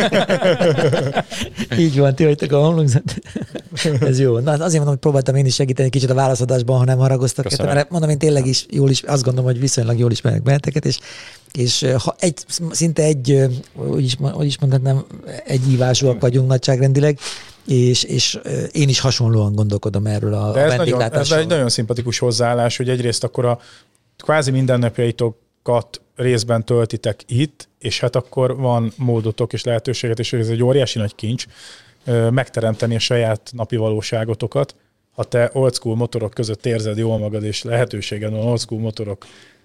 Így van, ti vagytok a homlokzat. Ez jó. Na, azért mondom, hogy próbáltam én is segíteni kicsit a válaszadásban, ha nem haragoztak. Mert mondom, én tényleg is jól is, azt gondolom, hogy viszonylag jól ismerek benneteket, és, és ha egy, szinte egy, úgy is, úgy is mondhatnám, egy ívásúak vagyunk nagyságrendileg, és, és én is hasonlóan gondolkodom erről a, De a ez, nagyon, ez vendéglátásról. egy nagyon szimpatikus hozzáállás, hogy egyrészt akkor a kvázi mindennapjaitokat részben töltitek itt, és hát akkor van módotok és lehetőséget, és ez egy óriási nagy kincs, megteremteni a saját napi valóságotokat. Ha te old school motorok között érzed jól magad, és lehetőséged van old school motorok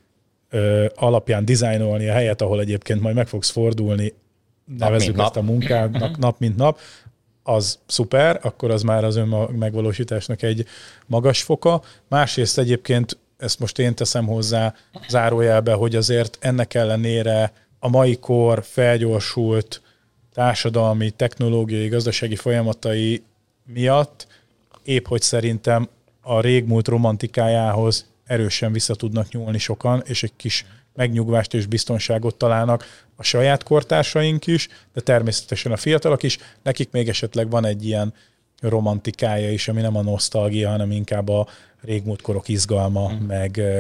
ö, alapján dizájnolni a helyet, ahol egyébként majd meg fogsz fordulni, nevezzük ezt a munkádnak nap mint nap, az szuper, akkor az már az önmegvalósításnak egy magas foka. Másrészt egyébként, ezt most én teszem hozzá zárójelbe, hogy azért ennek ellenére a mai kor felgyorsult társadalmi, technológiai, gazdasági folyamatai miatt épp hogy szerintem a régmúlt romantikájához erősen vissza tudnak nyúlni sokan, és egy kis megnyugvást és biztonságot találnak a saját kortársaink is, de természetesen a fiatalok is. Nekik még esetleg van egy ilyen romantikája is, ami nem a nosztalgia, hanem inkább a régmúlt korok izgalma, mm. meg ö,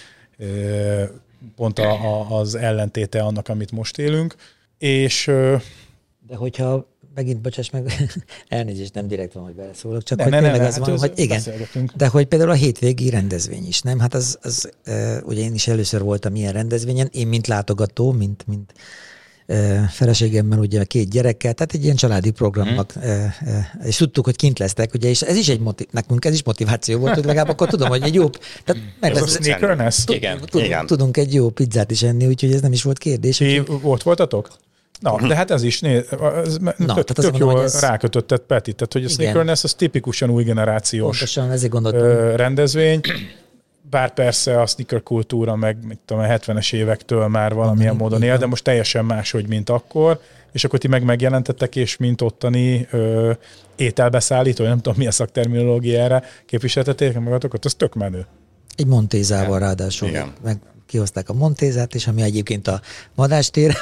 ö, pont a, a, az ellentéte annak, amit most élünk. És... Ö, de hogyha megint, bocsáss meg, elnézést, nem direkt van, hogy beleszólok, csak ne, hogy ne, tényleg ne, az hát van, hogy igen, de hogy például a hétvégi rendezvény is, nem? Hát az, az uh, ugye én is először voltam ilyen rendezvényen, én mint látogató, mint, mint uh, feleségemmel, ugye két gyerekkel, tehát egy ilyen családi programnak, hmm. uh, uh, és tudtuk, hogy kint lesztek, ugye, és ez is egy motiv, nekünk ez is motiváció volt, hogy legalább akkor tudom, hogy egy jó, tehát meg ez lesz, a sneakerness? Igen. Tudunk, Igen. tudunk egy jó pizzát is enni, úgyhogy ez nem is volt kérdés. Ti Úgyhogy... ott voltatok? Na, de hát ez is, né, ez Na, tök, tök jól ez... rákötötted Peti, tehát hogy a sneakerness az tipikusan új generációs Pontosan, ezért gondoltam. rendezvény, bár persze a sneaker kultúra meg mit tudom, a hetvenes évektől már valamilyen Mondani, módon él, de most teljesen máshogy, mint akkor, és akkor ti meg megjelentettek, és mint ottani ö, ételbeszállító, nem tudom mi a szakterminológiára képviselteték magatokat, az tök menő. Egy Montézával ráadásul. Igen. Meg kihozták a Montézát, és ami egyébként a Madástér.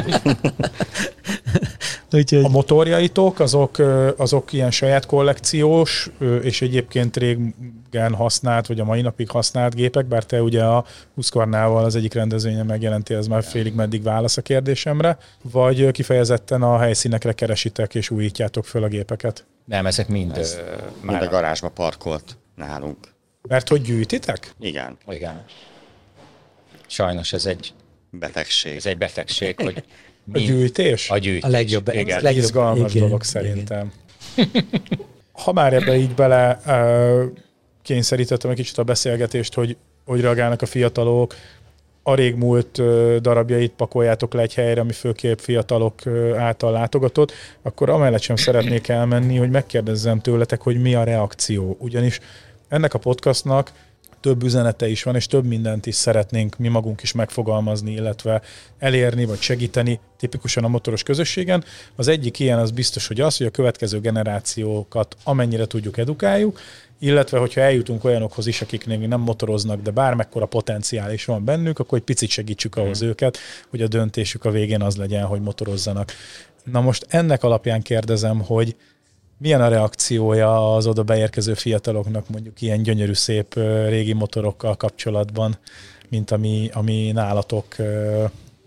Úgyhogy... A motorjaitok, azok, azok ilyen saját kollekciós, és egyébként régen használt, vagy a mai napig használt gépek, bár te ugye a Husqvarnával az egyik rendezvényen megjelentél, ez már félig meddig válasz a kérdésemre, vagy kifejezetten a helyszínekre keresitek és újítjátok föl a gépeket? Nem, ezek mind... Ez ö, mind már a garázsba parkolt nálunk. Mert hogy gyűjtitek? Igen. Igen. Sajnos ez egy, Betegség. ez egy betegség, hogy A mind, gyűjtés? a gyűjtés. A legjobb, Igen. legjobb Izgalmas igen, dolog szerintem. Ha már ebbe így bele uh, kényszerítettem egy kicsit a beszélgetést, hogy hogy reagálnak a fiatalok, a régmúlt uh, darabjait pakoljátok le egy helyre, ami főképp fiatalok uh, által látogatott, akkor amellett sem szeretnék elmenni, hogy megkérdezzem tőletek, hogy mi a reakció. Ugyanis ennek a podcastnak több üzenete is van, és több mindent is szeretnénk mi magunk is megfogalmazni, illetve elérni, vagy segíteni tipikusan a motoros közösségen. Az egyik ilyen az biztos, hogy az, hogy a következő generációkat amennyire tudjuk edukáljuk, illetve hogyha eljutunk olyanokhoz is, akik még nem motoroznak, de bármekkora potenciál is van bennük, akkor egy picit segítsük ahhoz mm. őket, hogy a döntésük a végén az legyen, hogy motorozzanak. Na most ennek alapján kérdezem, hogy milyen a reakciója az oda beérkező fiataloknak mondjuk ilyen gyönyörű, szép régi motorokkal kapcsolatban, mint ami, ami nálatok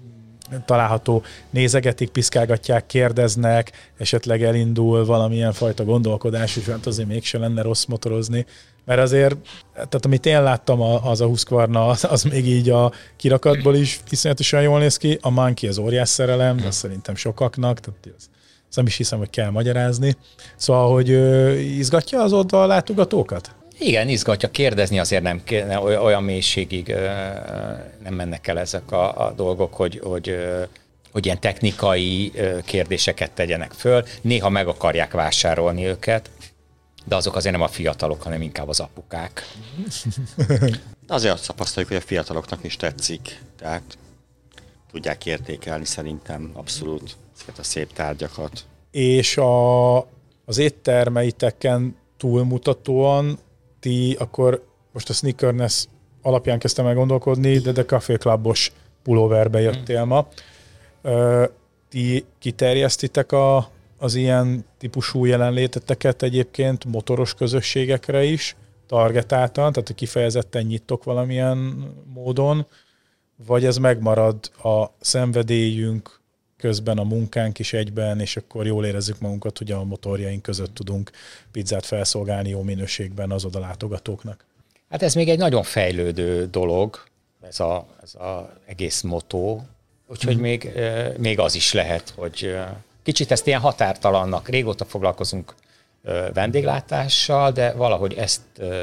található, nézegetik, piszkálgatják, kérdeznek, esetleg elindul valamilyen fajta gondolkodás, és hát azért mégse lenne rossz motorozni, mert azért, tehát amit én láttam, az a Husqvarna, az, az még így a kirakatból is viszonyatosan jól néz ki, a Monkey az óriás szerelem, de szerintem sokaknak, tehát az, az nem is hiszem, hogy kell magyarázni. Szóval, hogy ö, izgatja az oda látogatókat? Igen, izgatja, kérdezni azért nem, nem olyan mélységig ö, nem mennek el ezek a, a dolgok, hogy, hogy, ö, hogy ilyen technikai ö, kérdéseket tegyenek föl. Néha meg akarják vásárolni őket, de azok azért nem a fiatalok, hanem inkább az apukák. Azért azt tapasztaljuk, hogy a fiataloknak is tetszik, tehát tudják értékelni szerintem abszolút ezeket a szép tárgyakat. És a, az éttermeiteken túlmutatóan ti akkor most a Sneakerness alapján kezdtem el gondolkodni, de de Café Clubos pulóverbe jöttél ma. Ö, ti kiterjesztitek a, az ilyen típusú jelenléteteket egyébként motoros közösségekre is, targetáltan, tehát kifejezetten nyittok valamilyen módon, vagy ez megmarad a szenvedélyünk közben, a munkánk is egyben, és akkor jól érezzük magunkat, hogy a motorjaink között tudunk pizzát felszolgálni jó minőségben az odalátogatóknak. Hát ez még egy nagyon fejlődő dolog, ez a, ez a egész motó, úgyhogy hmm. még, még az is lehet, hogy kicsit ezt ilyen határtalannak, régóta foglalkozunk vendéglátással, de valahogy ezt,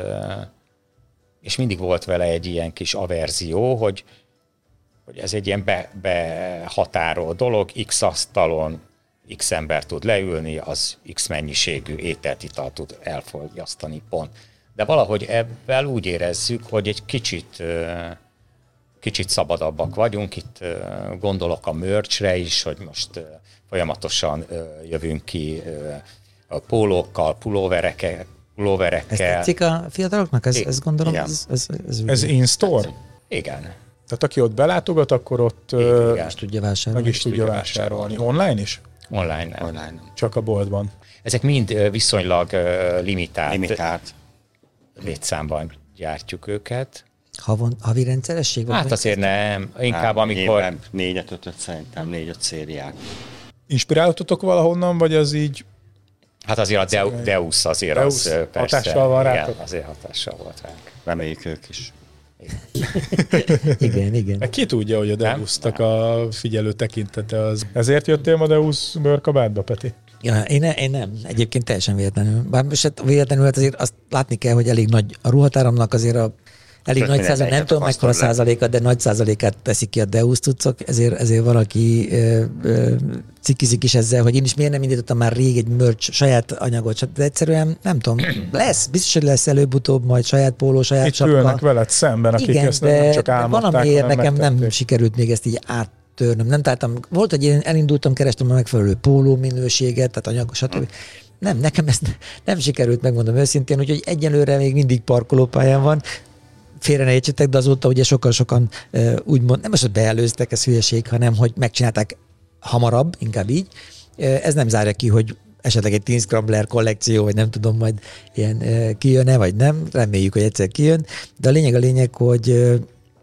és mindig volt vele egy ilyen kis averzió, hogy hogy ez egy ilyen be, behatároló dolog, X asztalon X ember tud leülni, az X mennyiségű ételt, italt tud elfogyasztani, pont. De valahogy ebben úgy érezzük, hogy egy kicsit, kicsit szabadabbak vagyunk, itt gondolok a merchre is, hogy most folyamatosan jövünk ki a pólókkal, pulóverekkel, pulóverekkel. Ez tetszik a fiataloknak? Ez, ez gondolom, Igen. ez, ez, ez, Ez in-store? Igen. Tehát aki ott belátogat, akkor ott Igen. is tudja vásárolni. meg is tudja vásárolni. Online is? Online nem. Online. Csak a boltban. Ezek mind viszonylag limitált, Limitált. létszámban gyártjuk őket. Havon, havi rendszeresség van? Hát azért nem, inkább Nem, amikor... évben négyet, ötöt szerintem, négy-öt szériát. Inspiráltatok valahonnan, vagy az így Hát azért a Deu- Deus azért Deus az persze. hatással van igen, rátok? azért hatással volt ránk. Reméljük ők is. Igen, igen. meg ki tudja, hogy a Deusnak a figyelő tekintete az. Ezért jöttél ma Deus bőrkabátba, Peti? Ja, én, ne, én nem, egyébként teljesen véletlenül. Bár most hát véletlenül, hát azért azt látni kell, hogy elég nagy a ruhatáramnak azért a elég nagy százalék, nem tudom mekkora százaléka, de nagy százalékát teszik ki a Deus cuccok, ezért, ezért valaki ö, ö, cikizik is ezzel, hogy én is miért nem indítottam már rég egy merch, saját anyagot, de egyszerűen nem tudom, lesz, biztos, hogy lesz előbb-utóbb majd saját póló, saját Itt sapka. ülnek veled szemben, akik igen, ezt de, nem csak de álmodták, valamiért hanem nekem nem megtették. sikerült még ezt így áttörnöm. Nem találtam, volt, hogy én elindultam, kerestem a megfelelő póló minőséget, tehát anyag, stb. Nem, nekem ezt nem sikerült, megmondom őszintén, úgyhogy egyelőre még mindig parkolópályán van. Félre ne értsetek, de azóta ugye sokan-sokan uh, úgymond, nem az, hogy beelőztek, ez hülyeség, hanem hogy megcsinálták hamarabb, inkább így. Uh, ez nem zárja ki, hogy esetleg egy Teen Scrambler kollekció, vagy nem tudom, majd ilyen uh, kijön-e, vagy nem. Reméljük, hogy egyszer kijön. De a lényeg a lényeg, hogy uh,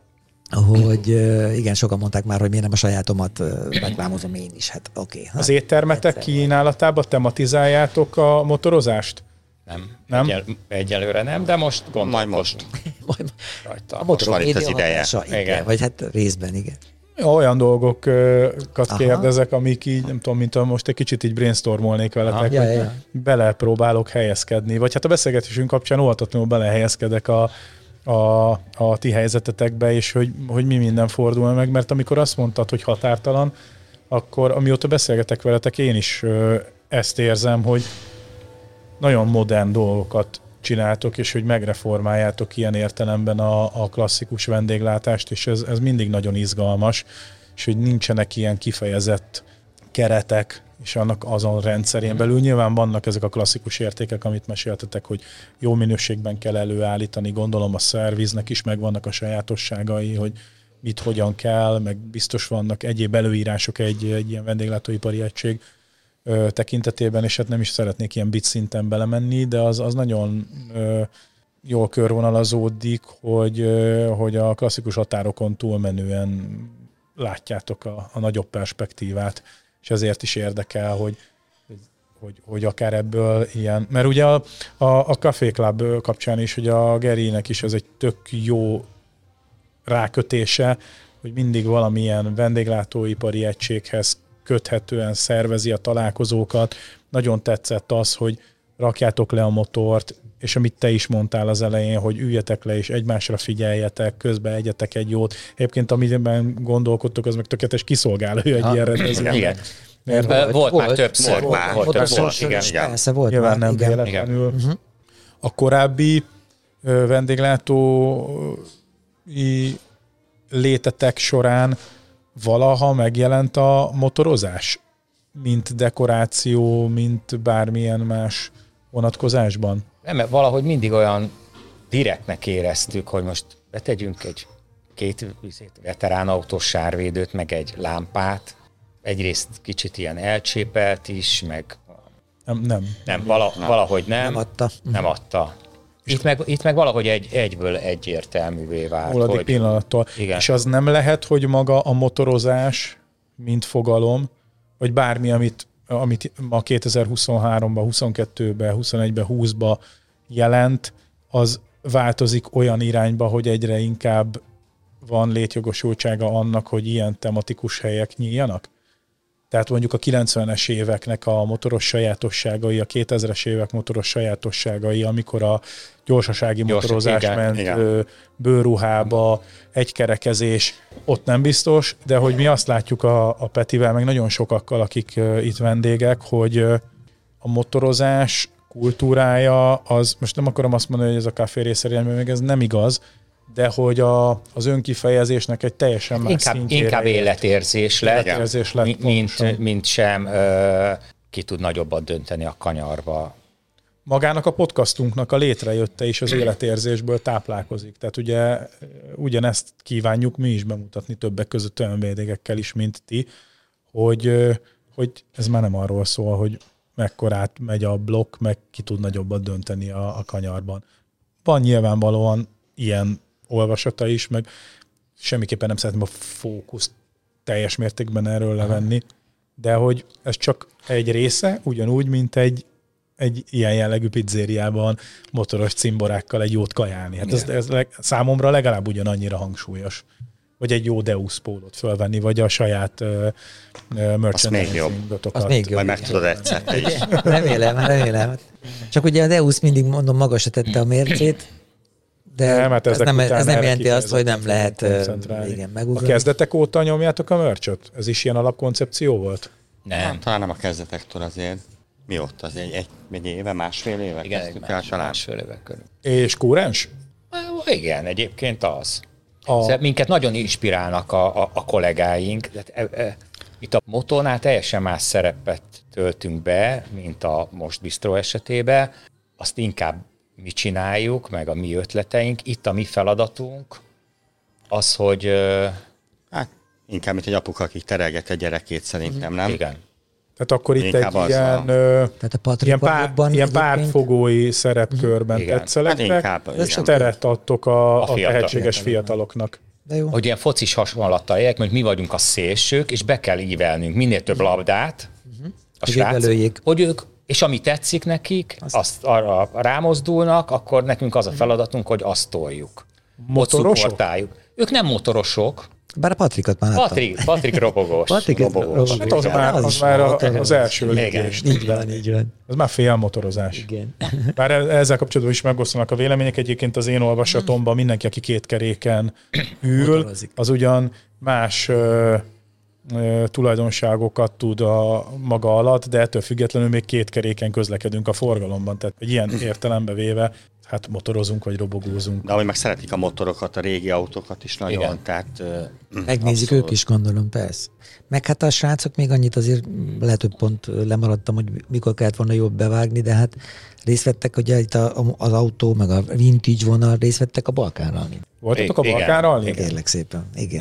hogy uh, igen, sokan mondták már, hogy miért nem a sajátomat uh, reklámozom én is. Hát oké. Okay, Az éttermetek egyszer. kínálatában tematizáljátok a motorozást? Nem, Nem? Egyel, egyelőre nem, de most Majd gondolkozunk most. Majd- rajta. A motorok van itt az média ideje. hatása, igen. Igen. Vagy hát részben, igen. Olyan dolgokat Aha. kérdezek, amik így, nem tudom, mint a most egy kicsit így brainstormolnék veletek, Ja, hogy ja, ja. belepróbálok helyezkedni, vagy hát a beszélgetésünk kapcsán óvatatlanul belehelyezkedek a, a, a ti helyzetetekbe, és hogy, hogy mi minden fordul meg, mert amikor azt mondtad, hogy határtalan, akkor amióta beszélgetek veletek, én is ö, ezt érzem, hogy nagyon modern dolgokat csináltok, és hogy megreformáljátok ilyen értelemben a, a klasszikus vendéglátást, és ez, ez mindig nagyon izgalmas, és hogy nincsenek ilyen kifejezett keretek, és annak azon rendszerén belül nyilván vannak ezek a klasszikus értékek, amit meséltetek, hogy jó minőségben kell előállítani, gondolom a szerviznek is megvannak a sajátosságai, hogy mit, hogyan kell, meg biztos vannak egyéb előírások egy, egy ilyen vendéglátóipari egység ö, tekintetében, és hát nem is szeretnék ilyen bit szinten belemenni, de az, az nagyon ö, jól körvonalazódik, hogy, ö, hogy a klasszikus határokon túlmenően látjátok a, a nagyobb perspektívát, és ezért is érdekel, hogy, hogy, hogy akár ebből ilyen, mert ugye a, a, a Café Club kapcsán is, hogy a Gerinek is ez egy tök jó rákötése, hogy mindig valamilyen vendéglátóipari egységhez köthetően szervezi a találkozókat. Nagyon tetszett az, hogy rakjátok le a motort, és amit te is mondtál az elején, hogy üljetek le és egymásra figyeljetek, közben egyetek egy jót. Egyébként amiben gondolkodtok, az meg tökéletes kiszolgáló egy ha, ilyen rendezvény. Igen. Mert volt, volt, volt már többször. Volt már, volt, volt, volt, volt, igen. igen. Persze volt Nyilván már, nem igen. véletlenül. Uh-huh. A korábbi ö, vendéglátói létetek során valaha megjelent a motorozás? Mint dekoráció, mint bármilyen más vonatkozásban? Nem, mert valahogy mindig olyan direktnek éreztük, hogy most betegyünk egy két veterán autós sárvédőt, meg egy lámpát, egyrészt kicsit ilyen elcsépelt is, meg Nem, nem. nem, vala, valahogy nem. Nem adta. Nem adta. Itt meg, itt meg valahogy egy, egyből egyértelművé vált. Holadik hogy, pillanattól. Igen. És az nem lehet, hogy maga a motorozás, mint fogalom, vagy bármi, amit, amit ma kétezer-huszonháromban, huszonkettőben, huszonegyben, húszban jelent, az változik olyan irányba, hogy egyre inkább van létjogosultsága annak, hogy ilyen tematikus helyek nyíljanak? Tehát mondjuk a kilencvenes éveknek a motoros sajátosságai, a kétezres évek motoros sajátosságai, amikor a gyorsasági Gyors, motorozás igen, ment igen. bőrruhába, egykerekezés, ott nem biztos, de hogy mi azt látjuk a, a Petivel, meg nagyon sokakkal, akik itt vendégek, hogy a motorozás kultúrája, az, most nem akarom azt mondani, hogy ez a kávé részerén, mert még ez nem igaz, de hogy a, az önkifejezésnek egy teljesen más inkább, szintjére. Inkább életérzés lett, életérzés lett mint, mint, mint sem ö, ki tud nagyobbat dönteni a kanyarba. Magának a podcastunknak a létrejötte is az életérzésből táplálkozik. Tehát ugye ugyanezt kívánjuk mi is bemutatni többek között olyan vendégekkel is, mint ti, hogy, hogy ez már nem arról szól, hogy mekkorát megy a blokk, meg ki tud nagyobbat dönteni a, a kanyarban. Van nyilvánvalóan ilyen olvasata is, meg semmiképpen nem szeretném a fókuszt teljes mértékben erről levenni, de hogy ez csak egy része, ugyanúgy, mint egy, egy ilyen jellegű pizzériában motoros cimborákkal egy jót kajálni. Hát ez, ez leg, számomra legalább ugyanannyira hangsúlyos. Vagy egy jó Deus pólót fölvenni, vagy a saját uh, uh, merchandising-otokat. Az még jobb. Majd meg tudod egyszer te is. Remélem, remélem. Csak ugye a Deus mindig, mondom, magasra tette a mércét, de nem, hát ez nem, ez nem jelenti azt, hogy nem lehet igen, megugrani. A kezdetek óta nyomjátok a merchot? Ez is ilyen alapkoncepció volt? Nem. nem. Talán nem a kezdetektől azért. Mi ott? Az egy, egy, egy éve, másfél éve? Igen, egy más, másfél éve körül. És kúrens? Igen, egyébként az. A... Szóval minket nagyon inspirálnak a, a, a kollégáink. Itt a motornál teljesen más szerepet töltünk be, mint a Most Bistro esetében. Azt inkább mi csináljuk, meg a mi ötleteink. Itt a mi feladatunk az, hogy... Hát inkább, mint egy apuka, akik terelget egy gyerekét, szerintem, nem? Igen. Tehát akkor itt inkább egy ilyen, a... Tehát a ilyen, pár, ilyen pártfogói szerepkörben tetszelegtek, hát és teret adtok a, a, a tehetséges fiataloknak. Hogy ilyen focis hasonlattal éljek, mert mi vagyunk a szélsők, és be kell ívelnünk minél több labdát uh-huh. a srác, hogy ők, és ami tetszik nekik, azt, azt arra rámozdulnak, akkor nekünk az a feladatunk, hogy azt toljuk. Motorosok? Ők nem motorosok. Bár a Patrikat már láttam. Patrik, Patrik robogós. Patrik robogós. Hát az már az, az, már a, az első lépés. Így van, így van. Az már félmotorozás. Igen. Bár ezzel kapcsolatban is megosztanak a vélemények. Egyébként az én olvasatomban mindenki, aki két keréken ül, motorozik. Az ugyan más ö, ö, tulajdonságokat tud a maga alatt, de ettől függetlenül még két keréken közlekedünk a forgalomban. Tehát egy ilyen értelembe véve hát motorozunk, vagy robogózunk. De ami meg szeretik a motorokat, a régi autókat is nagyon, igen. Tehát... Megnézik abszolút. Ők is, gondolom, persze. Meg hát a srácok még annyit azért, lehet, hogy pont lemaradtam, hogy mikor kellett volna jobb bevágni, de hát részt vettek, hogy itt a, az autó, meg a vintage vonal, részt vettek a Balkánralni. Voltatok a Balkánralni? Kérlek szépen, igen.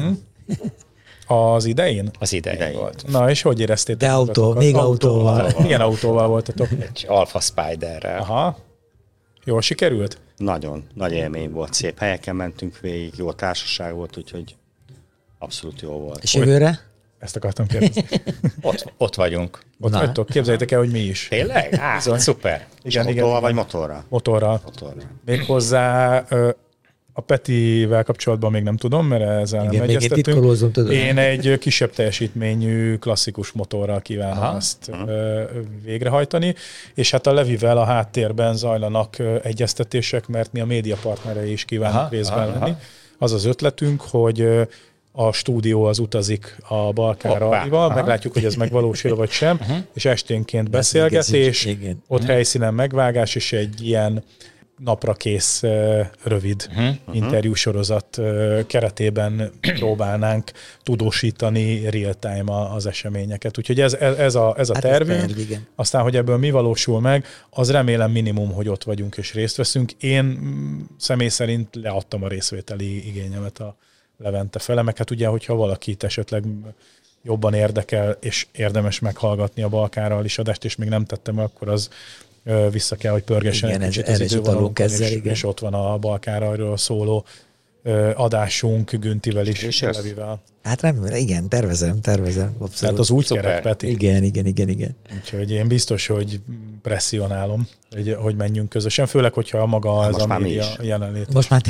Hm? Az idején? Az idején, idején volt. Na, és hogy éreztétek? De autó, még autóval. autóval. Milyen autóval voltatok? Egy Alfa Spiderrel. Aha. Jól sikerült? Nagyon. Nagy élmény volt. Szép helyeken mentünk végig, jó társaság volt, úgyhogy Abszolút jó volt. És jövőre? Ezt akartam kérdezni. Ott, ott vagyunk. Ott Na. vagytok, képzeljétek el, hogy mi is. Tényleg? Á, szuper. Igen, Autóval igen, vagy igen. motorral? Motorral. Motorral. Méghozzá ö, a Petivel kapcsolatban még nem tudom, mert ezzel Igen, nem még én egyeztettünk. titkolózom, tudod. Én egy kisebb teljesítményű klasszikus motorral kívánom Aha. ezt ö, végrehajtani, és hát a Levivel a háttérben zajlanak ö, egyeztetések, mert mi a médiapartnerei is kívánunk Aha, részben aha, lenni. aha. Az az ötletünk, hogy ö, a stúdió az utazik a Balkán Hoppá, Rallival, aha. meglátjuk, hogy ez megvalósul vagy sem, Uh-huh. és esténként beszélgetés, Igen. ott helyszínen megvágás, és egy ilyen napra kész ö, rövid Uh-huh. interjúsorozat ö, keretében próbálnánk tudósítani real-time az eseményeket. Úgyhogy ez, ez, ez a, ez a Hát ez tervünk. terv, igen. Aztán, hogy ebből mi valósul meg, az remélem minimum, hogy ott vagyunk és részt veszünk. Én mm, személy szerint leadtam a részvételi igényemet a Levente fele, meg hát ugye, hogyha valakit esetleg jobban érdekel, és érdemes meghallgatni a Balkánról is adást, és még nem tettem, akkor az ö, vissza kell, hogy pörgessen Igen, egy ez- kicsit erre az is idővonalunkon, utalunk ezzel, és, igen. és ott van a Balkánról szóló ö, adásunk Güntivel is, És jössz? Levivel. Hát remélem, igen, tervezem, tervezem. Tehát Abszolút. az úgy Szuper. keret, Peti. Igen, igen, igen, igen. Úgyhogy én biztos, hogy presszionálom, hogy, hogy menjünk közösen, főleg, hogyha maga ez most a már mi média is. jelenlét. Most már ti...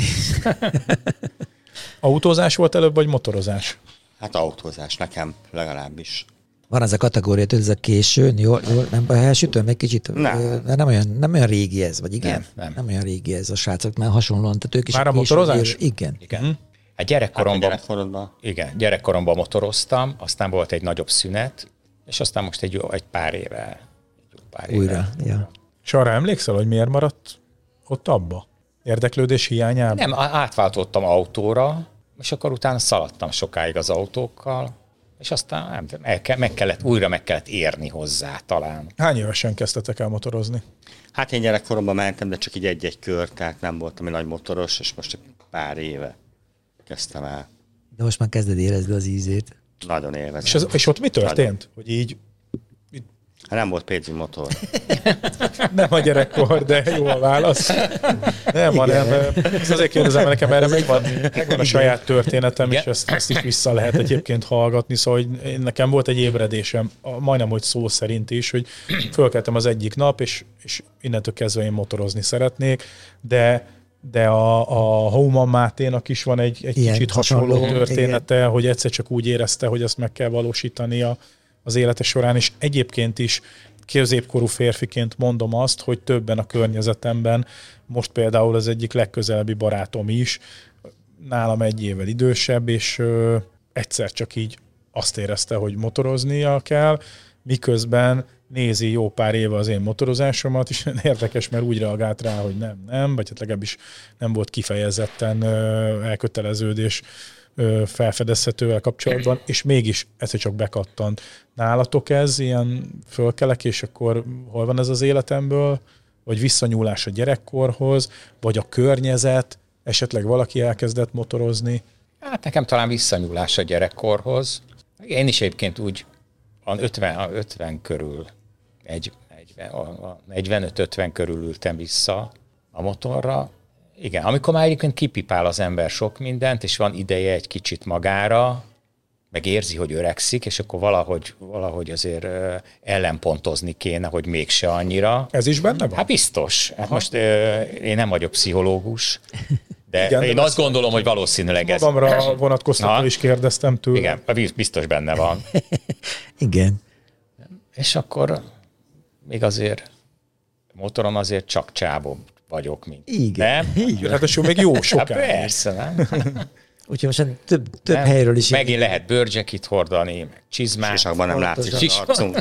Autózás volt előbb, vagy motorozás? Hát autózás nekem legalábbis. Van az a kategória, hogy ez a későn, jól, jól nem elsütöm egy kicsit, Nem. Ö, de nem olyan, nem olyan régi ez, vagy igen? Nem, nem. nem olyan régi ez a srácok, már hasonlóan, tehát ők is Már a későn motorozás? ér- Igen. Igen. Mhm. Hát Hát a gyerekkoromban, gyerekkorodban igen, gyerekkoromban motoroztam, aztán volt egy nagyobb szünet, és aztán most egy, jó, egy pár éve. Egy jó pár éve. Újra, ja. És arra emlékszel, hogy miért maradt ott abba? Érdeklődés hiányában? Nem, á- átváltottam autóra, és akkor utána szaladtam sokáig az autókkal, és aztán nem, tudom, el kell, meg kellett, újra meg kellett érni hozzá talán. Hány évesen kezdtetek el motorozni? Hát én gyerekkoromban mentem, de csak így egy-egy kör, tehát nem voltam egy nagy motoros, és most egy pár éve kezdtem el. De most már kezded érezni az ízét. Nagyon élvezem. És, ez, és ott mi történt? Hogy így Hát nem volt pénzi motor. nem a gyerekkor, de jó a válasz. Nem, hanem ez azért kérdezem, mert nekem erre megvan, megvan a saját történetem, Igen. és ezt, ezt is vissza lehet egyébként hallgatni, szóval hogy én, nekem volt egy ébredésem, a- majdnem, hogy szó szerint is, hogy fölkeltem az egyik nap, és, és innentől kezdve én motorozni szeretnék, de de a, a Hauman Máténak is van egy, egy Ilyen kicsit hasonló, hasonló, története, hogy egyszer csak úgy érezte, hogy ezt meg kell valósítania az élete során, és egyébként is középkorú férfiként mondom azt, hogy többen a környezetemben, most például az egyik legközelebbi barátom is, nálam egy évvel idősebb, és ö, egyszer csak így azt érezte, hogy motoroznia kell, miközben nézi jó pár éve az én motorozásomat, és érdekes, mert úgy reagált rá, hogy nem, nem, vagy hát legalábbis nem volt kifejezetten ö, elköteleződés ö, felfedezhetővel kapcsolatban, és mégis egyszer csak bekattant. Nálatok ez ilyen fölkelek, és akkor hol van ez az életemből? Vagy visszanyúlás a gyerekkorhoz, vagy a környezet, esetleg valaki elkezdett motorozni? Hát nekem talán visszanyúlás a gyerekkorhoz. Én is egyébként úgy a ötven, a ötven körül, egy, egy, a negyvenöt ötven körül ültem vissza a motorra. Igen, amikor már egyébként kipipál az ember sok mindent, és van ideje egy kicsit magára, meg érzi, hogy öregszik, és akkor valahogy, valahogy azért ö, ellenpontozni kéne, hogy mégse annyira. Ez is benne van? Hát biztos. Hát most ö, én nem vagyok pszichológus, de Igen, de én azt azt gondolom, hogy valószínűleg ez... Magamra vonatkoztatva Na. is kérdeztem tőle. Igen, biztos benne van. Igen. És akkor még azért motoron azért csak csábom vagyok, mint. Igen. Nem? Így van. Ráadásul még jó Hát sokáig. persze, nem? Úgyhogy most már több, több nem? helyről is... Megint lehet bőrcsekit hordani, meg csizmát. Sisakban nem látszik az Sisak. arcunk.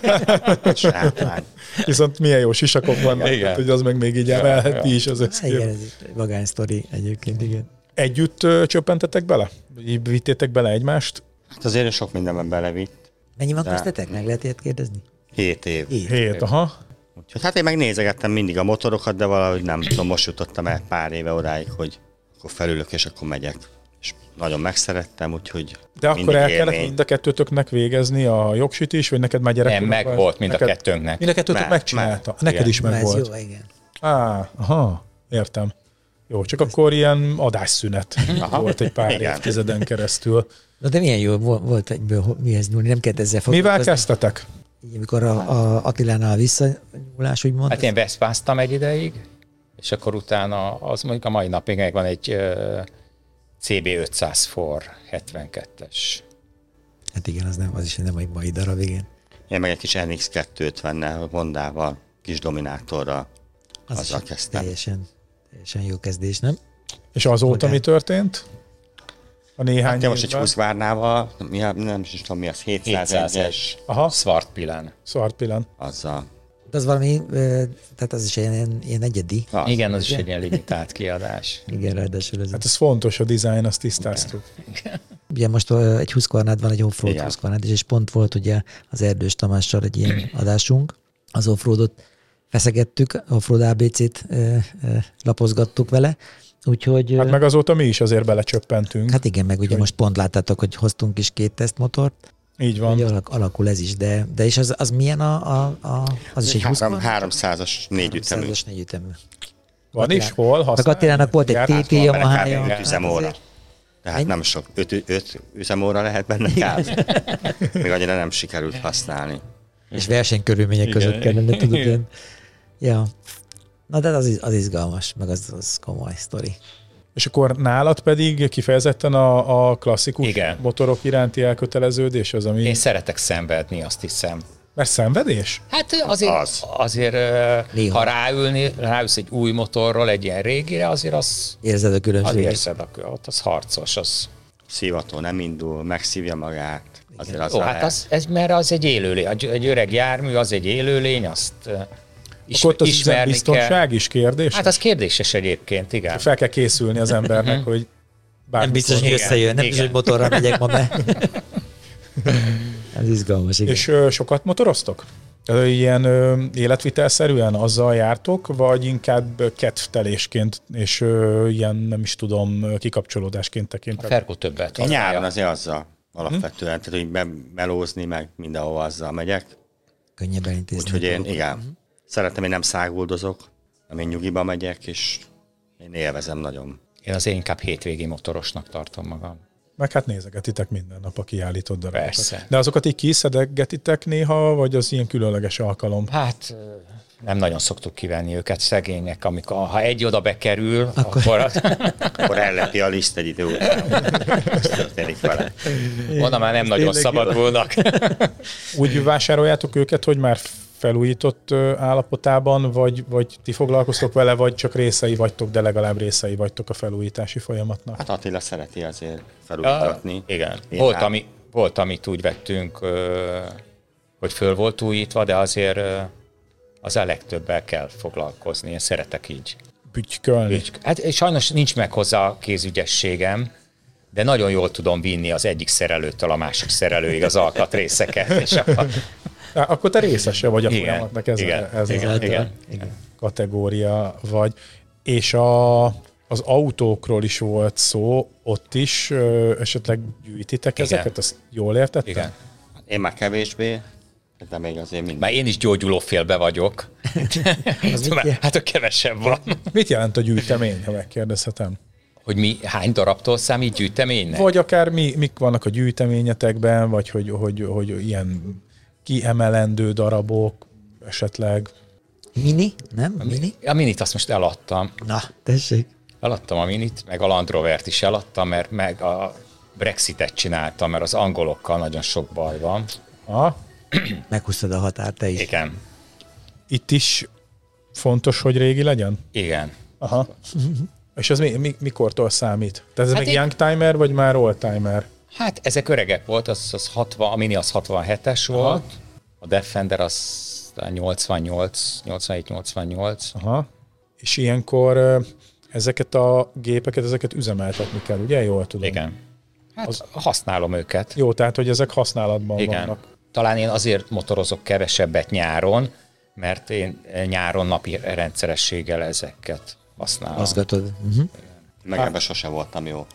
Sátlány. Viszont milyen jó sisakok vannak, Igen. tehát, hogy az meg még így emelheti is az Hát összkép. igen, ez egy vagány sztori egyébként, igen. Együtt ö, csöppentetek bele? Így vittétek bele egymást? Hát azért sok mindenben belevitt. Mennyi van De- köztetek? Meg lehet ilyet kérdezni? Hét év. Hét. Hét, aha. Úgyhogy hát én megnézegettem mindig a motorokat, de valahogy nem tudom, most jutottam el pár éve odáig, hogy akkor felülök és akkor megyek. És nagyon megszerettem, úgyhogy De akkor mindig el kellett élmény. mind a kettőtöknek végezni a jogsit is, vagy neked már Nem, gyerekkorban? meg volt mind a Neked- kettőnknek. Mind a kettőtök Meg, megcsinálta. meg. Neked Igen. is Na, meg ez volt. jó, igen. Á, aha, értem. Jó, csak akkor ilyen adásszünet Aha. volt egy pár Igen. évtizeden keresztül. Na de milyen jó volt egyből mihez nyúlni, nem kellett ezzel foglalkozni. Mivel kezdtetek? Így, amikor a, a Attilánál visszanyúlás, úgymond. Hát én veszpáztam egy ideig, és akkor utána, az mondjuk a mai napig megvan egy uh, cé bé ötszáz for hetvenkettes. Hát igen, az, nem, az is nem egy mai darab, igen. Én meg egy kis en iksz kétszázötvennel, Hondával, kis dominátorral, Az azzal kezdtem. Teljesen, teljesen jó kezdés, nem? És azóta mi történt? A néhány Hát most egy évben? Husqvarnával, mi, nem is tudom mi az, hétszázegyes, Aha, Svartpilen. szart pillanat. azzal. De az valami, ö, tehát az is ilyen, ilyen egyedi. Az. Igen, az is egy ilyen limitált kiadás. Igen, ráadásul ez. Hát ez fontos, a design, azt tisztáztuk. Ugye most ö, egy Husqvarnát van, egy offroad Igen. Husqvarnát, és pont volt ugye az Erdős Tamással egy ilyen adásunk. Az offroadot feszegettük, offroad á bé cét ö, ö, lapozgattuk vele, úgyhogy... ö, Hát meg azóta mi is azért belecsöppentünk. hát igen, meg ugye Úgyhogy- most pont láttátok, hogy hoztunk is két tesztmotort, Így van. hogy alak, alakul ez is, de, de és az, az milyen a, a, a az is egy Három, Husqvarna? háromszázas négyütemű. háromszázas négyütemű. Van is, hol Meg használják? Attilának volt egy Gyártás té té van? Yamahája. öt Hát üzemóra. azért- Tehát Ennyi? nem sok. Öt, öt üzemóra lehet benne kb. Még annyira nem sikerült használni. És versenykörülmények Igen. között kellene, tudod, ilyen. Ja. Na, de az, az izgalmas, meg az, az komoly sztori. És akkor nálad pedig kifejezetten a, a klasszikus Igen. motorok iránti elköteleződés az, ami... Én szeretek szenvedni, azt hiszem. Mert szenvedés? Hát azért, Az. az. azért ö, Néha. ha ráülni, ráülsz egy új motorról, egy ilyen régire, azért az, Érzed a az különbséget? érzed, a- ott az harcos. Az. Szívató nem indul, megszívja magát. Azért az Ó, hát az, ez, mert az egy élőlény, egy öreg jármű, az egy élőlény, azt ö, is, Akkor ott az ismerni biztonság kell. is kérdés? Hát az kérdéses egyébként, igen. Fel kell készülni az embernek, hogy bármikor... Nem biztos, hogy Igen, összejön, nem biztos, igen. hogy motorra megyek ma be. Ez izgalmas, igen. És ö, sokat motoroztok? Ö, Ilyen ö, életvitelszerűen azzal jártok, vagy inkább kedvtelésként, és ö, ilyen, nem is tudom, kikapcsolódásként A tekintek? Ferkó többet Én nyáron használja. azért azzal alapvetően, tehát hogy be, melózni, meg mindenhova azzal megyek. Könnyebb elintézni. Úgyhogy a én, dolgokat. igen, szeretem, én nem száguldozok, nem én nyugiba megyek, és én élvezem nagyon. Én azért inkább hétvégi motorosnak tartom magam. Meg hát nézegetitek minden nap a kiállított darabokat. Persze. De azokat így kiszedegetitek néha, vagy az ilyen különleges alkalom? Hát ö, nem nagyon szoktuk kivenni őket, szegények, amikor ha egy oda bekerül, akkor, akkor Akkor ellepi a liszt egy idő után. Ez történik vele. oda már nem nagyon tényleg jó. szabadulnak. Úgy vásároljátok őket, hogy már felújított ö, állapotában, vagy, vagy ti foglalkoztok vele, vagy csak részei vagytok, de legalább részei vagytok a felújítási folyamatnak? Hát Attila szereti azért felújítatni. Igen. Én Volt, hát- ami, volt, amit úgy vettünk, ö, hogy föl volt újítva, de azért ö, az a legtöbbel kell foglalkozni. Én szeretek így. Bütykölni. Hát és sajnos nincs meg hozzá a kézügyességem, de nagyon jól tudom vinni az egyik szerelőtől a másik szerelőig az alkatrészeket. És akkor, Á, akkor te részese vagy a Igen, folyamatnak, ez, igen, a, ez igen. a Igen. Igen. kategória vagy. És a, az autókról is volt szó, ott is ö, esetleg gyűjtitek Igen. ezeket, azt jól értettem? igen. Én már kevésbé, de még azért minden. Már én is gyógyulófélbe vagyok. Az mit jel- Hát a kevesebb van. Mit jelent a gyűjtemény, ha megkérdezhetem? Hogy mi hány darabtól számít gyűjteménynek? Vagy akár mi, mik vannak a gyűjteményetekben, vagy hogy, hogy, hogy ilyen kiemelendő darabok esetleg. Mini? Nem? Mini? A minit azt most eladtam. Na, tessék. Eladtam a minit, meg a Land Rovert is eladtam, mert meg a Brexitet csináltam, mert az angolokkal nagyon sok baj van. Aha. Meghúztad a határt, te is. Igen. Itt is fontos, hogy régi legyen? Igen. Aha. És ez mi, mi, mikortól számít? Tehát ez Hát még én- youngtimer, vagy már oldtimer? Hát ezek öregek volt, az, az hatvan, a mini az hatvanhetes volt, a Defender az nyolcvannyolc, nyolcvanhét nyolcvannyolc. Aha. És ilyenkor ö, ezeket a gépeket, ezeket üzemeltetni kell, ugye? Jól tudom. Igen. Hát az... használom őket. Jó, tehát, hogy ezek használatban Igen. vannak. Talán én azért motorozok kevesebbet nyáron, mert én nyáron napi rendszerességgel ezeket használom. Mozgatod. Uh-huh. Meg ebben sose voltam jó.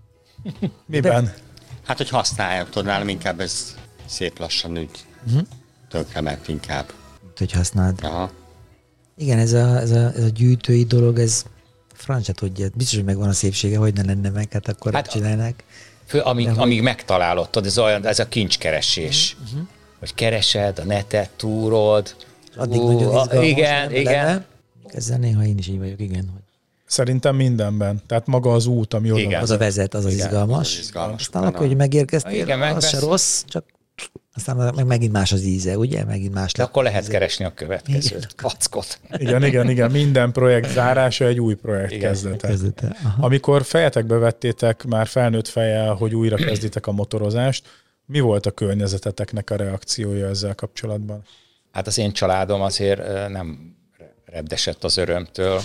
Miben? Hát, hogy használjam, tudod, nálam inkább ez szép lassan úgy uh-huh. tönkre ment inkább. Hogy használd. Aha. Igen, ez a, ez a, ez a gyűjtői dolog, ez francia tudja. Biztos, hogy megvan a szépsége, hogy ne lenne meg, hát akkor Hát hát csinálnák. Fő, amíg, hogy... amíg megtalálod, ez, olyan, ez a kincskeresés. Uh-huh. Hogy keresed a netet, túrod. Addig uh, nagyon izgalmas. Igen, igen. Ezzel néha én is így vagyok, igen. Hogy... Szerintem mindenben. Tehát maga az út, ami oda igen. Az a vezet, az az igen, izgalmas. Az izgalmas. Aztán akkor, hogy megérkeztél, igen, az megvesz. se rossz, csak aztán meg megint más az íze, ugye? Megint más. De akkor lehet keresni a következő packot. Igen, igen, igen. Minden projekt zárása egy új projekt igen. kezdete. kezdete. Amikor fejetekbe vettétek már felnőtt fejjel, hogy újra kezditek a motorozást, mi volt a környezeteteknek a reakciója ezzel kapcsolatban? Hát az én családom azért nem repdesett az örömtől.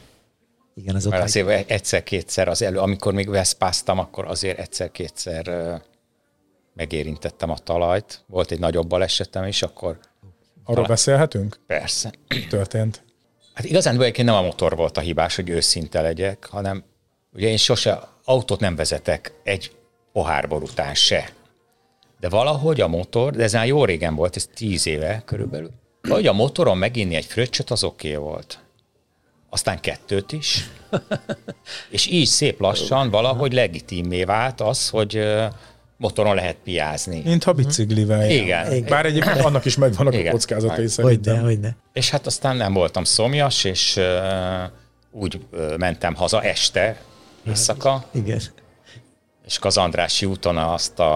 Igen, az Mert azért egyszer-kétszer az elő, amikor még veszpáztam, akkor azért egyszer-kétszer megérintettem a talajt. Volt egy nagyobb balesetem is, akkor... Arról talán... beszélhetünk? Persze. Történt. Hát igazán egyébként nem a motor volt a hibás, hogy őszinte legyek, hanem ugye én sose autót nem vezetek egy pohárbor után se. De valahogy a motor, de ez már jó régen volt, ez tíz éve körülbelül, vagy a motoron meginni egy fröccsöt, az oké okay volt. Aztán kettőt is. És így szép lassan valahogy legitimé vált az, hogy motoron lehet piázni. Mintha biciklivel. Igen. Igen. Bár egyébként annak is megvannak igen. a kockázatai Hogyne, szerintem. hogyne. És hát aztán nem voltam szomjas, és uh, úgy uh, mentem haza este, éjszaka, Igen. és Kazandrássy úton azt a,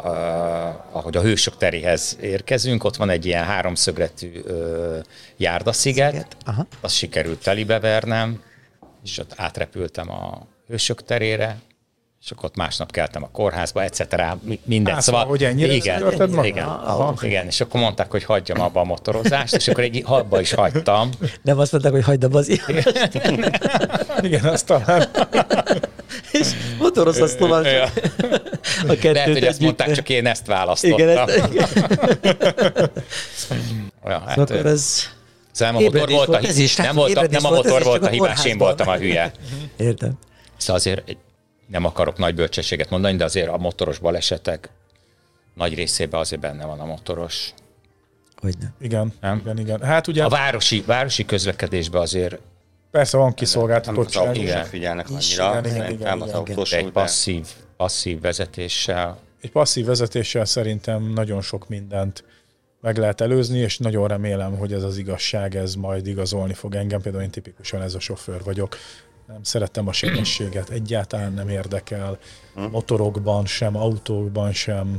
uh, ahogy a Hősök teréhez érkezünk, ott van egy ilyen háromszögletű uh, járdasziget, azt sikerült telibevernem, és ott átrepültem a Hősök terére, és akkor ott másnap keltem a kórházba, et cetera. Minden. Á, szóval, hogy ennyire igen, igen, igen, igen, és akkor mondták, hogy hagyjam abba a motorozást, és akkor egy abba is hagytam. Nem azt mondták, hogy hagyd abba az írást. Igen, azt talán. És motorozhatsz tovább. Ja. A kettőt Lehet, hogy ezt együtt. mondták, csak én ezt választottam. Igen, ezt, igen. Ja, hát, Akkor ez... ez nem a motor volt a, ez is, nem volt a, nem a, motor volt a hibás, én voltam a hülye. Értem. Szóval azért nem akarok nagy bölcsességet mondani, de azért a motoros balesetek nagy részében azért benne van a motoros. Hogyne. Igen, Nem? igen, igen. Hát ugye A városi, városi közlekedésben azért persze van Az kiszolgáltatottság. autósok figyelnek annyira, Igen, igen, szerintem igen, az igen. autós egy passzív, passzív vezetéssel. Egy passzív vezetéssel szerintem nagyon sok mindent meg lehet előzni, és nagyon remélem, hogy ez az igazság, ez majd igazolni fog engem. Például én tipikusan ez a sofőr vagyok. Nem szeretem a sebességet, egyáltalán nem érdekel. Motorokban sem, autókban sem.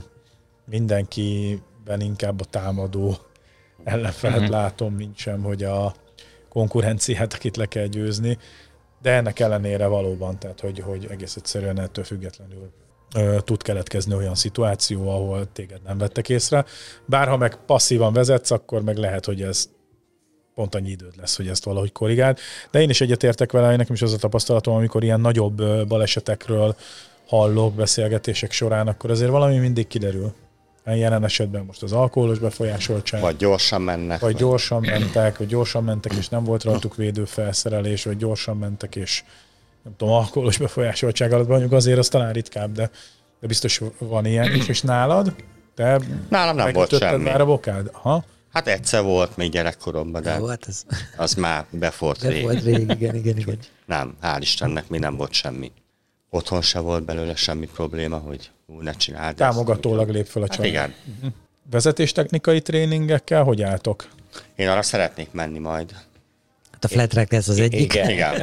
Mindenkiben inkább a támadó ellenfelet uh-huh. látom, mint sem, hogy a konkurenciát, akit le kell győzni. De ennek ellenére valóban, tehát hogy, hogy egész egyszerűen ettől függetlenül ö, tud keletkezni olyan szituáció, ahol téged nem vettek észre. Bár ha meg passzívan vezetsz, akkor meg lehet, hogy ez pont annyi időd lesz, hogy ezt valahogy korrigáld. De én is egyetértek vele, nekem is az a tapasztalatom, amikor ilyen nagyobb balesetekről hallok beszélgetések során, akkor azért valami mindig kiderül. Jelen esetben most az alkoholos befolyásoltság. Vagy gyorsan mennek. Vagy gyorsan mentek, vagy gyorsan mentek, és nem volt rajtuk védőfelszerelés, vagy gyorsan mentek, és nem tudom, alkoholos befolyásoltság alatt mondjuk azért az talán ritkább, de, de biztos van ilyen is. És nálad? Te Nálam nem volt semmi. Már a bokád? Aha. Hát egyszer volt még gyerekkoromban, de Jó, hát ez... az már befort De rég. volt rég, igen, igen, igen. Nem, hál' Istennek mi nem volt semmi. Otthon se volt belőle semmi probléma, hogy úgy ne csináld. Támogatólag lép fel a Hát család. igen. Vezetéstechnikai tréningekkel hogy álltok? Én arra szeretnék menni majd. Hát a flat track lesz az egyik. Igen. Igen.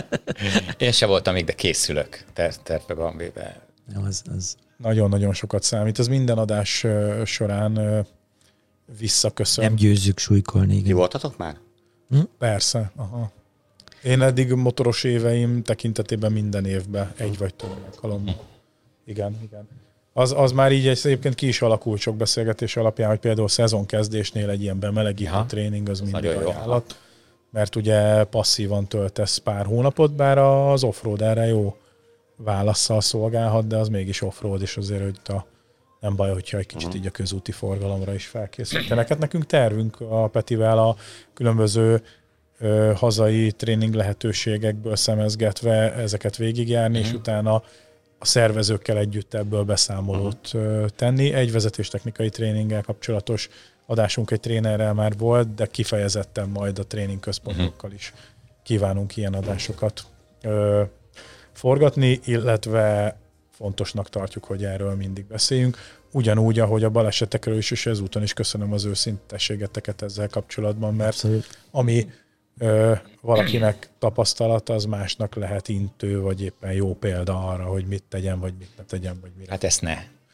Én sem voltam még, de készülök. Ter- terve van véve. Nem, az, az... Nagyon-nagyon sokat számít. Ez minden adás uh, során uh, visszaköszön. Nem győzzük súlykolni. Ti Igen. voltatok már? Persze. Aha. Én eddig motoros éveim tekintetében minden évben egy vagy több alkalommal. Igen, igen. Az, az már így egyébként ki is alakult sok beszélgetés alapján, hogy például szezonkezdésnél egy ilyen bemelegítő Aha. tréning az mindig nagyon jó. ajánlat, mert ugye passzívan töltesz pár hónapot, bár az offroad erre jó válasszal szolgálhat, de az mégis offroad, és azért, hogy a, nem baj, hogyha egy kicsit így a közúti forgalomra is felkészítenek. Nekünk tervünk a Petivel a különböző ö, hazai tréning lehetőségekből szemezgetve ezeket végigjárni, uh-huh. és utána a szervezőkkel együtt ebből beszámolót uh-huh. tenni. Egy vezetéstechnikai tréninggel kapcsolatos adásunk egy trénerrel már volt, de kifejezetten majd a tréningközpontokkal is kívánunk ilyen adásokat ö, forgatni, illetve fontosnak tartjuk, hogy erről mindig beszéljünk. Ugyanúgy, ahogy a balesetekről is, és ezúton is köszönöm az őszintességeteket ezzel kapcsolatban, mert Abszolút. ami ö, valakinek tapasztalata, az másnak lehet intő, vagy éppen jó példa arra, hogy mit tegyen, vagy mit ne tegyen, vagy mire. Hát ezt ne.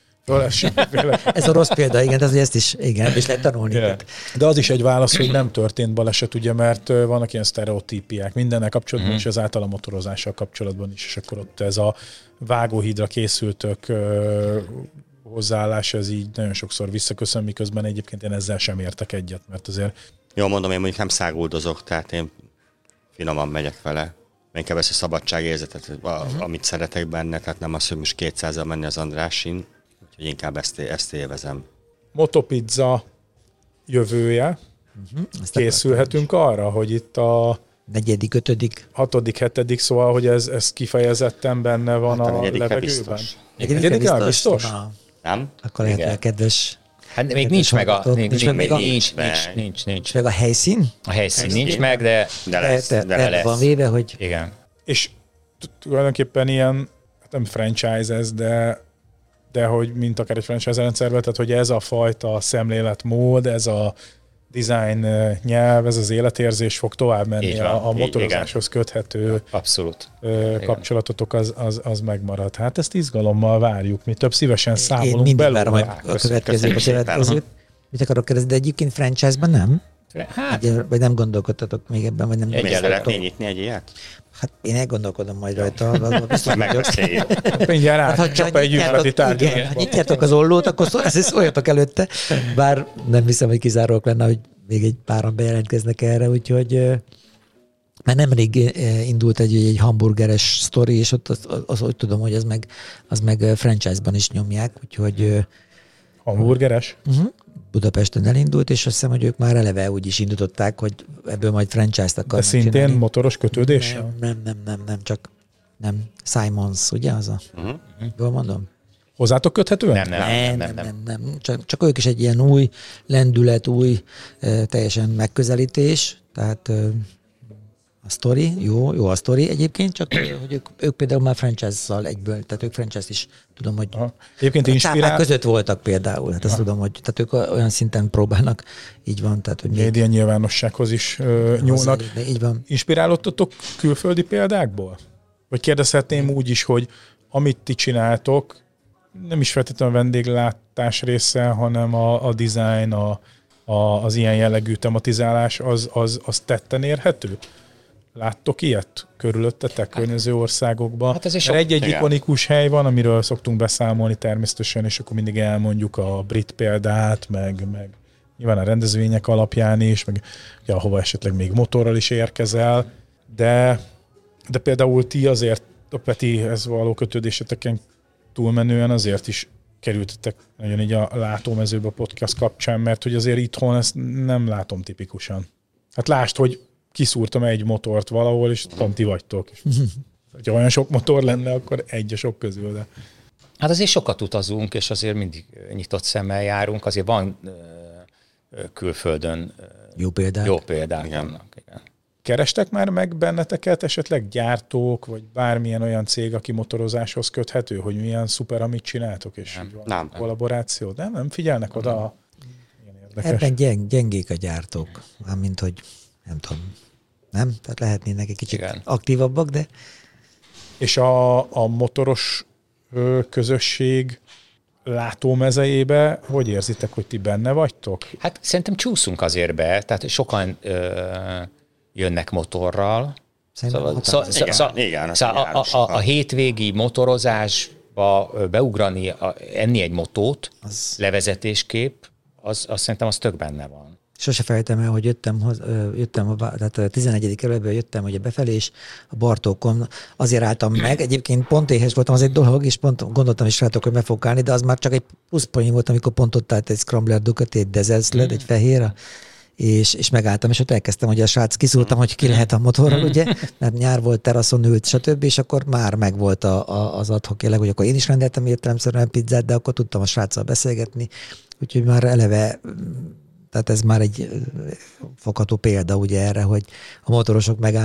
Ez a rossz példa, igen, de ezt is, igen, és lehet tanulni. Yeah. De az is egy válasz, hogy nem történt baleset, ugye, mert vannak ilyen sztereotípiák mindennel kapcsolatban, mm. és az által a motorozással kapcsolatban is, és akkor ott ez a vágóhídra készültök ö, hozzáállás, ez így nagyon sokszor visszaköszön, miközben egyébként én ezzel sem értek egyet, mert azért... Jó, mondom, én mondjuk nem száguldozok, tehát én finoman megyek vele. Inkább ezt a szabadságérzetet, a, uh-huh. amit szeretek benne, tehát nem az, hogy most kétszázzal menni az Andrásin, úgyhogy inkább ezt, ezt élvezem. Motopizza jövője. Uh-huh. Készülhetünk arra, hogy itt a negyedik, ötödik. Hatodik, hetedik, szóval, hogy ez, ez kifejezetten benne van hát a, a levegőben. Biztos. Negyedik biztos? biztos? Na, nem? Akkor lehet, hogy kedves... Hát még nincs meg a... Nincs, nincs, nincs, nincs, nincs, nincs, nincs, nincs. Meg a helyszín? A helyszín nincs meg, de... De lesz. De, de de lesz. van véve, hogy... Igen. És tulajdonképpen ilyen, hát nem franchise ez, de, de hogy mint akár egy franchise rendszerben, tehát hogy ez a fajta szemléletmód, ez a design nyelv, ez az életérzés fog tovább menni, van, a, a motorozáshoz köthető Abszolút. Ö, kapcsolatotok az, az, az megmarad. Hát ezt izgalommal várjuk, mi több szívesen számolunk Én belőle. Én mindig várom a következőt, a következőt. Mit akarok kérdezni, de egyébként franchise-ban nem? Hát, egy, vagy nem gondolkodtatok még ebben, vagy nem Még szeretnél nyitni egy ilyet? Hát én elgondolkodom majd rajta. Megbeszéljük. Mindjárt át, csak egy ügyeleti tárgyalásban. Ha nyitjátok az ollót, akkor szóljatok előtte. Bár nem hiszem, hogy kizárók lenne, hogy még egy páran bejelentkeznek erre, úgyhogy mert nemrég indult egy, egy hamburgeres sztori, és ott az, az, az, úgy tudom, hogy az meg, az meg franchise-ban is nyomják, úgyhogy... Hamburgeres? Uh-huh. Budapesten elindult, és azt hiszem, hogy ők már eleve úgy is indították, hogy ebből majd franchise-t akarnak De szintén csinálni. motoros kötődés? Nem, nem, nem, nem, nem, csak nem. Simons, ugye az a... Uh-huh. Jól mondom? Hozzátok köthetően? Nem, nem, nem. nem, nem, nem, nem, nem. Csak, csak ők is egy ilyen új lendület, új teljesen megközelítés, tehát a sztori, jó, jó a sztori egyébként, csak hogy ők, ők például már franchise-szal egyből, tehát ők franchise is tudom, hogy aha. Egyébként inspirál... között voltak például, hát azt tudom, hogy tehát ők olyan szinten próbálnak, így van. Tehát, hogy média nyilvánossághoz is ö, nyúlnak. Így van. Inspirálódtatok külföldi példákból? Vagy kérdezhetném úgy is, hogy amit ti csináltok, nem is feltétlenül a vendéglátás része, hanem a, a design, a, a, az ilyen jellegű tematizálás, az, az, az tetten érhető? Láttok ilyet körülöttetek környező országokban? Hát egy-egy igen. ikonikus hely van, amiről szoktunk beszámolni természetesen, és akkor mindig elmondjuk a brit példát, meg, meg nyilván a rendezvények alapján is, meg ja, ahova esetleg még motorral is érkezel, de, de például ti azért a Petihez való kötődéseteken túlmenően azért is kerültetek nagyon így a látómezőbe a podcast kapcsán, mert hogy azért itthon ezt nem látom tipikusan. Hát lásd, hogy kiszúrtam egy motort valahol, és tudom, ti vagytok. Ha olyan sok motor lenne, akkor egy a sok közül. De... Hát azért sokat utazunk, és azért mindig nyitott szemmel járunk. Azért van külföldön jó példák. Jó példák igen. Vannak, igen. Kerestek már meg benneteket esetleg gyártók, vagy bármilyen olyan cég, aki motorozáshoz köthető, hogy milyen szuper, amit csináltok, és nem, van nem. kollaboráció? Nem, nem figyelnek nem. oda. Ebben gyeng, gyengék a gyártók, mármint, hogy nem tudom, nem? Tehát lehetnének egy kicsit igen. aktívabbak, de... És a, a motoros ö, közösség látómezejébe hogy érzitek, hogy ti benne vagytok? Hát szerintem csúszunk azért be, tehát sokan ö, jönnek motorral. Szóval, szó, igen, szó, igen, szó, a, a, a, a hétvégi motorozásba beugrani, a, enni egy motót, az... levezetéskép, az, az szerintem az tök benne van. Sose felejtem el, hogy jöttem, jöttem a, tehát a tizenegyedik kerületből jöttem ugye befelé, és a Bartókon azért álltam meg. Egyébként pont éhes voltam, az egy dolog, és pont gondoltam is rátok, hogy meg fogok állni, de az már csak egy pluszpoint volt, amikor pont ott állt egy Scrambler Ducati, egy Dezelsled, egy fehér, és, és megálltam, és ott elkezdtem, hogy a srác kiszúrtam, hogy ki lehet a motorral, ugye, mert nyár volt, teraszon ült, stb., és akkor már megvolt a, a, az adhok jelenleg, hogy akkor én is rendeltem értelemszerűen pizzát, de akkor tudtam a sráccal beszélgetni, úgyhogy már eleve tehát ez már egy fogható példa ugye erre, hogy a motorosok megállnak.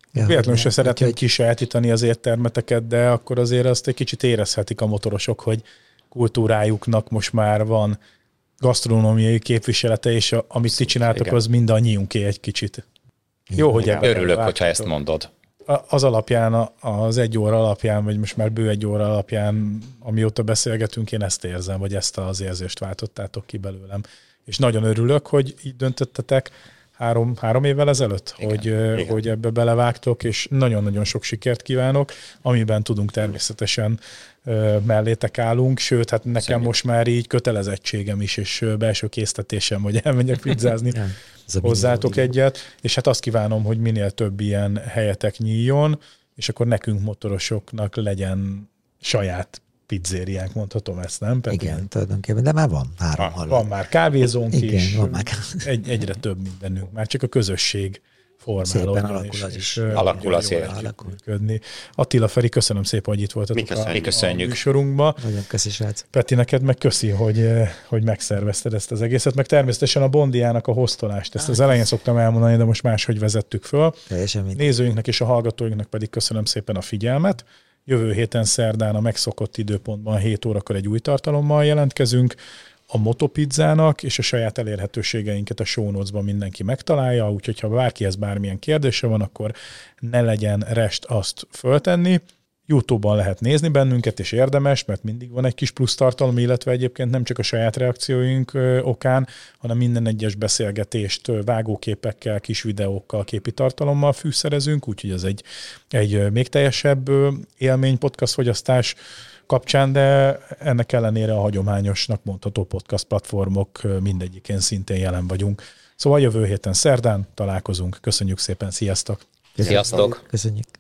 Ja, véletlenül se szeretném úgyhogy... kisajátítani az éttermeteket, de akkor azért azt egy kicsit érezhetik a motorosok, hogy kultúrájuknak most már van gasztronómiai képviselete, és a, amit ti csináltok, igen. az mindannyiunké egy kicsit. Jó, hogy ebben örülök, hogyha ezt mondod. Az alapján, az egy óra alapján, vagy most már bő egy óra alapján, amióta beszélgetünk, én ezt érzem, vagy ezt az érzést váltottátok ki belőlem. És nagyon örülök, hogy így döntöttetek három, három évvel ezelőtt, igen, hogy, igen. hogy ebbe belevágtok, és nagyon-nagyon sok sikert kívánok, amiben tudunk természetesen mellétek állunk, sőt, hát nekem Szerintem. most már így kötelezettségem is, és belső késztetésem, hogy elmenjek pizzázni hozzátok egyet, és hát azt kívánom, hogy minél több ilyen helyetek nyíljon, és akkor nekünk motorosoknak legyen saját pizzériánk, mondhatom ezt, nem? Peti? Igen, tulajdonképpen, de már van három. Van, van már kávézónk igen, is, van már. Egy, egyre több mindenünk, már csak a közösség formálódjon. alakul az is. Alakul azért. Attila, Feri, köszönöm szépen, hogy itt voltatok a, a műsorunkba. Nagyon köszi, srác. Peti, neked meg köszi, hogy, hogy megszervezted ezt az egészet, meg természetesen a Bondiának a hoztolást. Ezt az elején szoktam elmondani, de most máshogy vezettük föl. Nézőinknek és a hallgatóinknak pedig köszönöm szépen a figyelmet. Jövő héten szerdán a megszokott időpontban hét órakor egy új tartalommal jelentkezünk. A Motopizzának és a saját elérhetőségeinket a show notes-ban mindenki megtalálja, úgyhogy ha bárkihez bármilyen kérdése van, akkor ne legyen rest azt föltenni. YouTube-on lehet nézni bennünket, és érdemes, mert mindig van egy kis plusz tartalom, illetve egyébként nem csak a saját reakcióink okán, hanem minden egyes beszélgetést vágóképekkel, kis videókkal, képi tartalommal fűszerezünk, úgyhogy ez egy, egy még teljesebb élmény podcast fogyasztás kapcsán, de ennek ellenére a hagyományosnak mondható podcast platformok mindegyikén szintén jelen vagyunk. Szóval jövő héten szerdán találkozunk. Köszönjük szépen, sziasztok! Sziasztok! Köszönjük!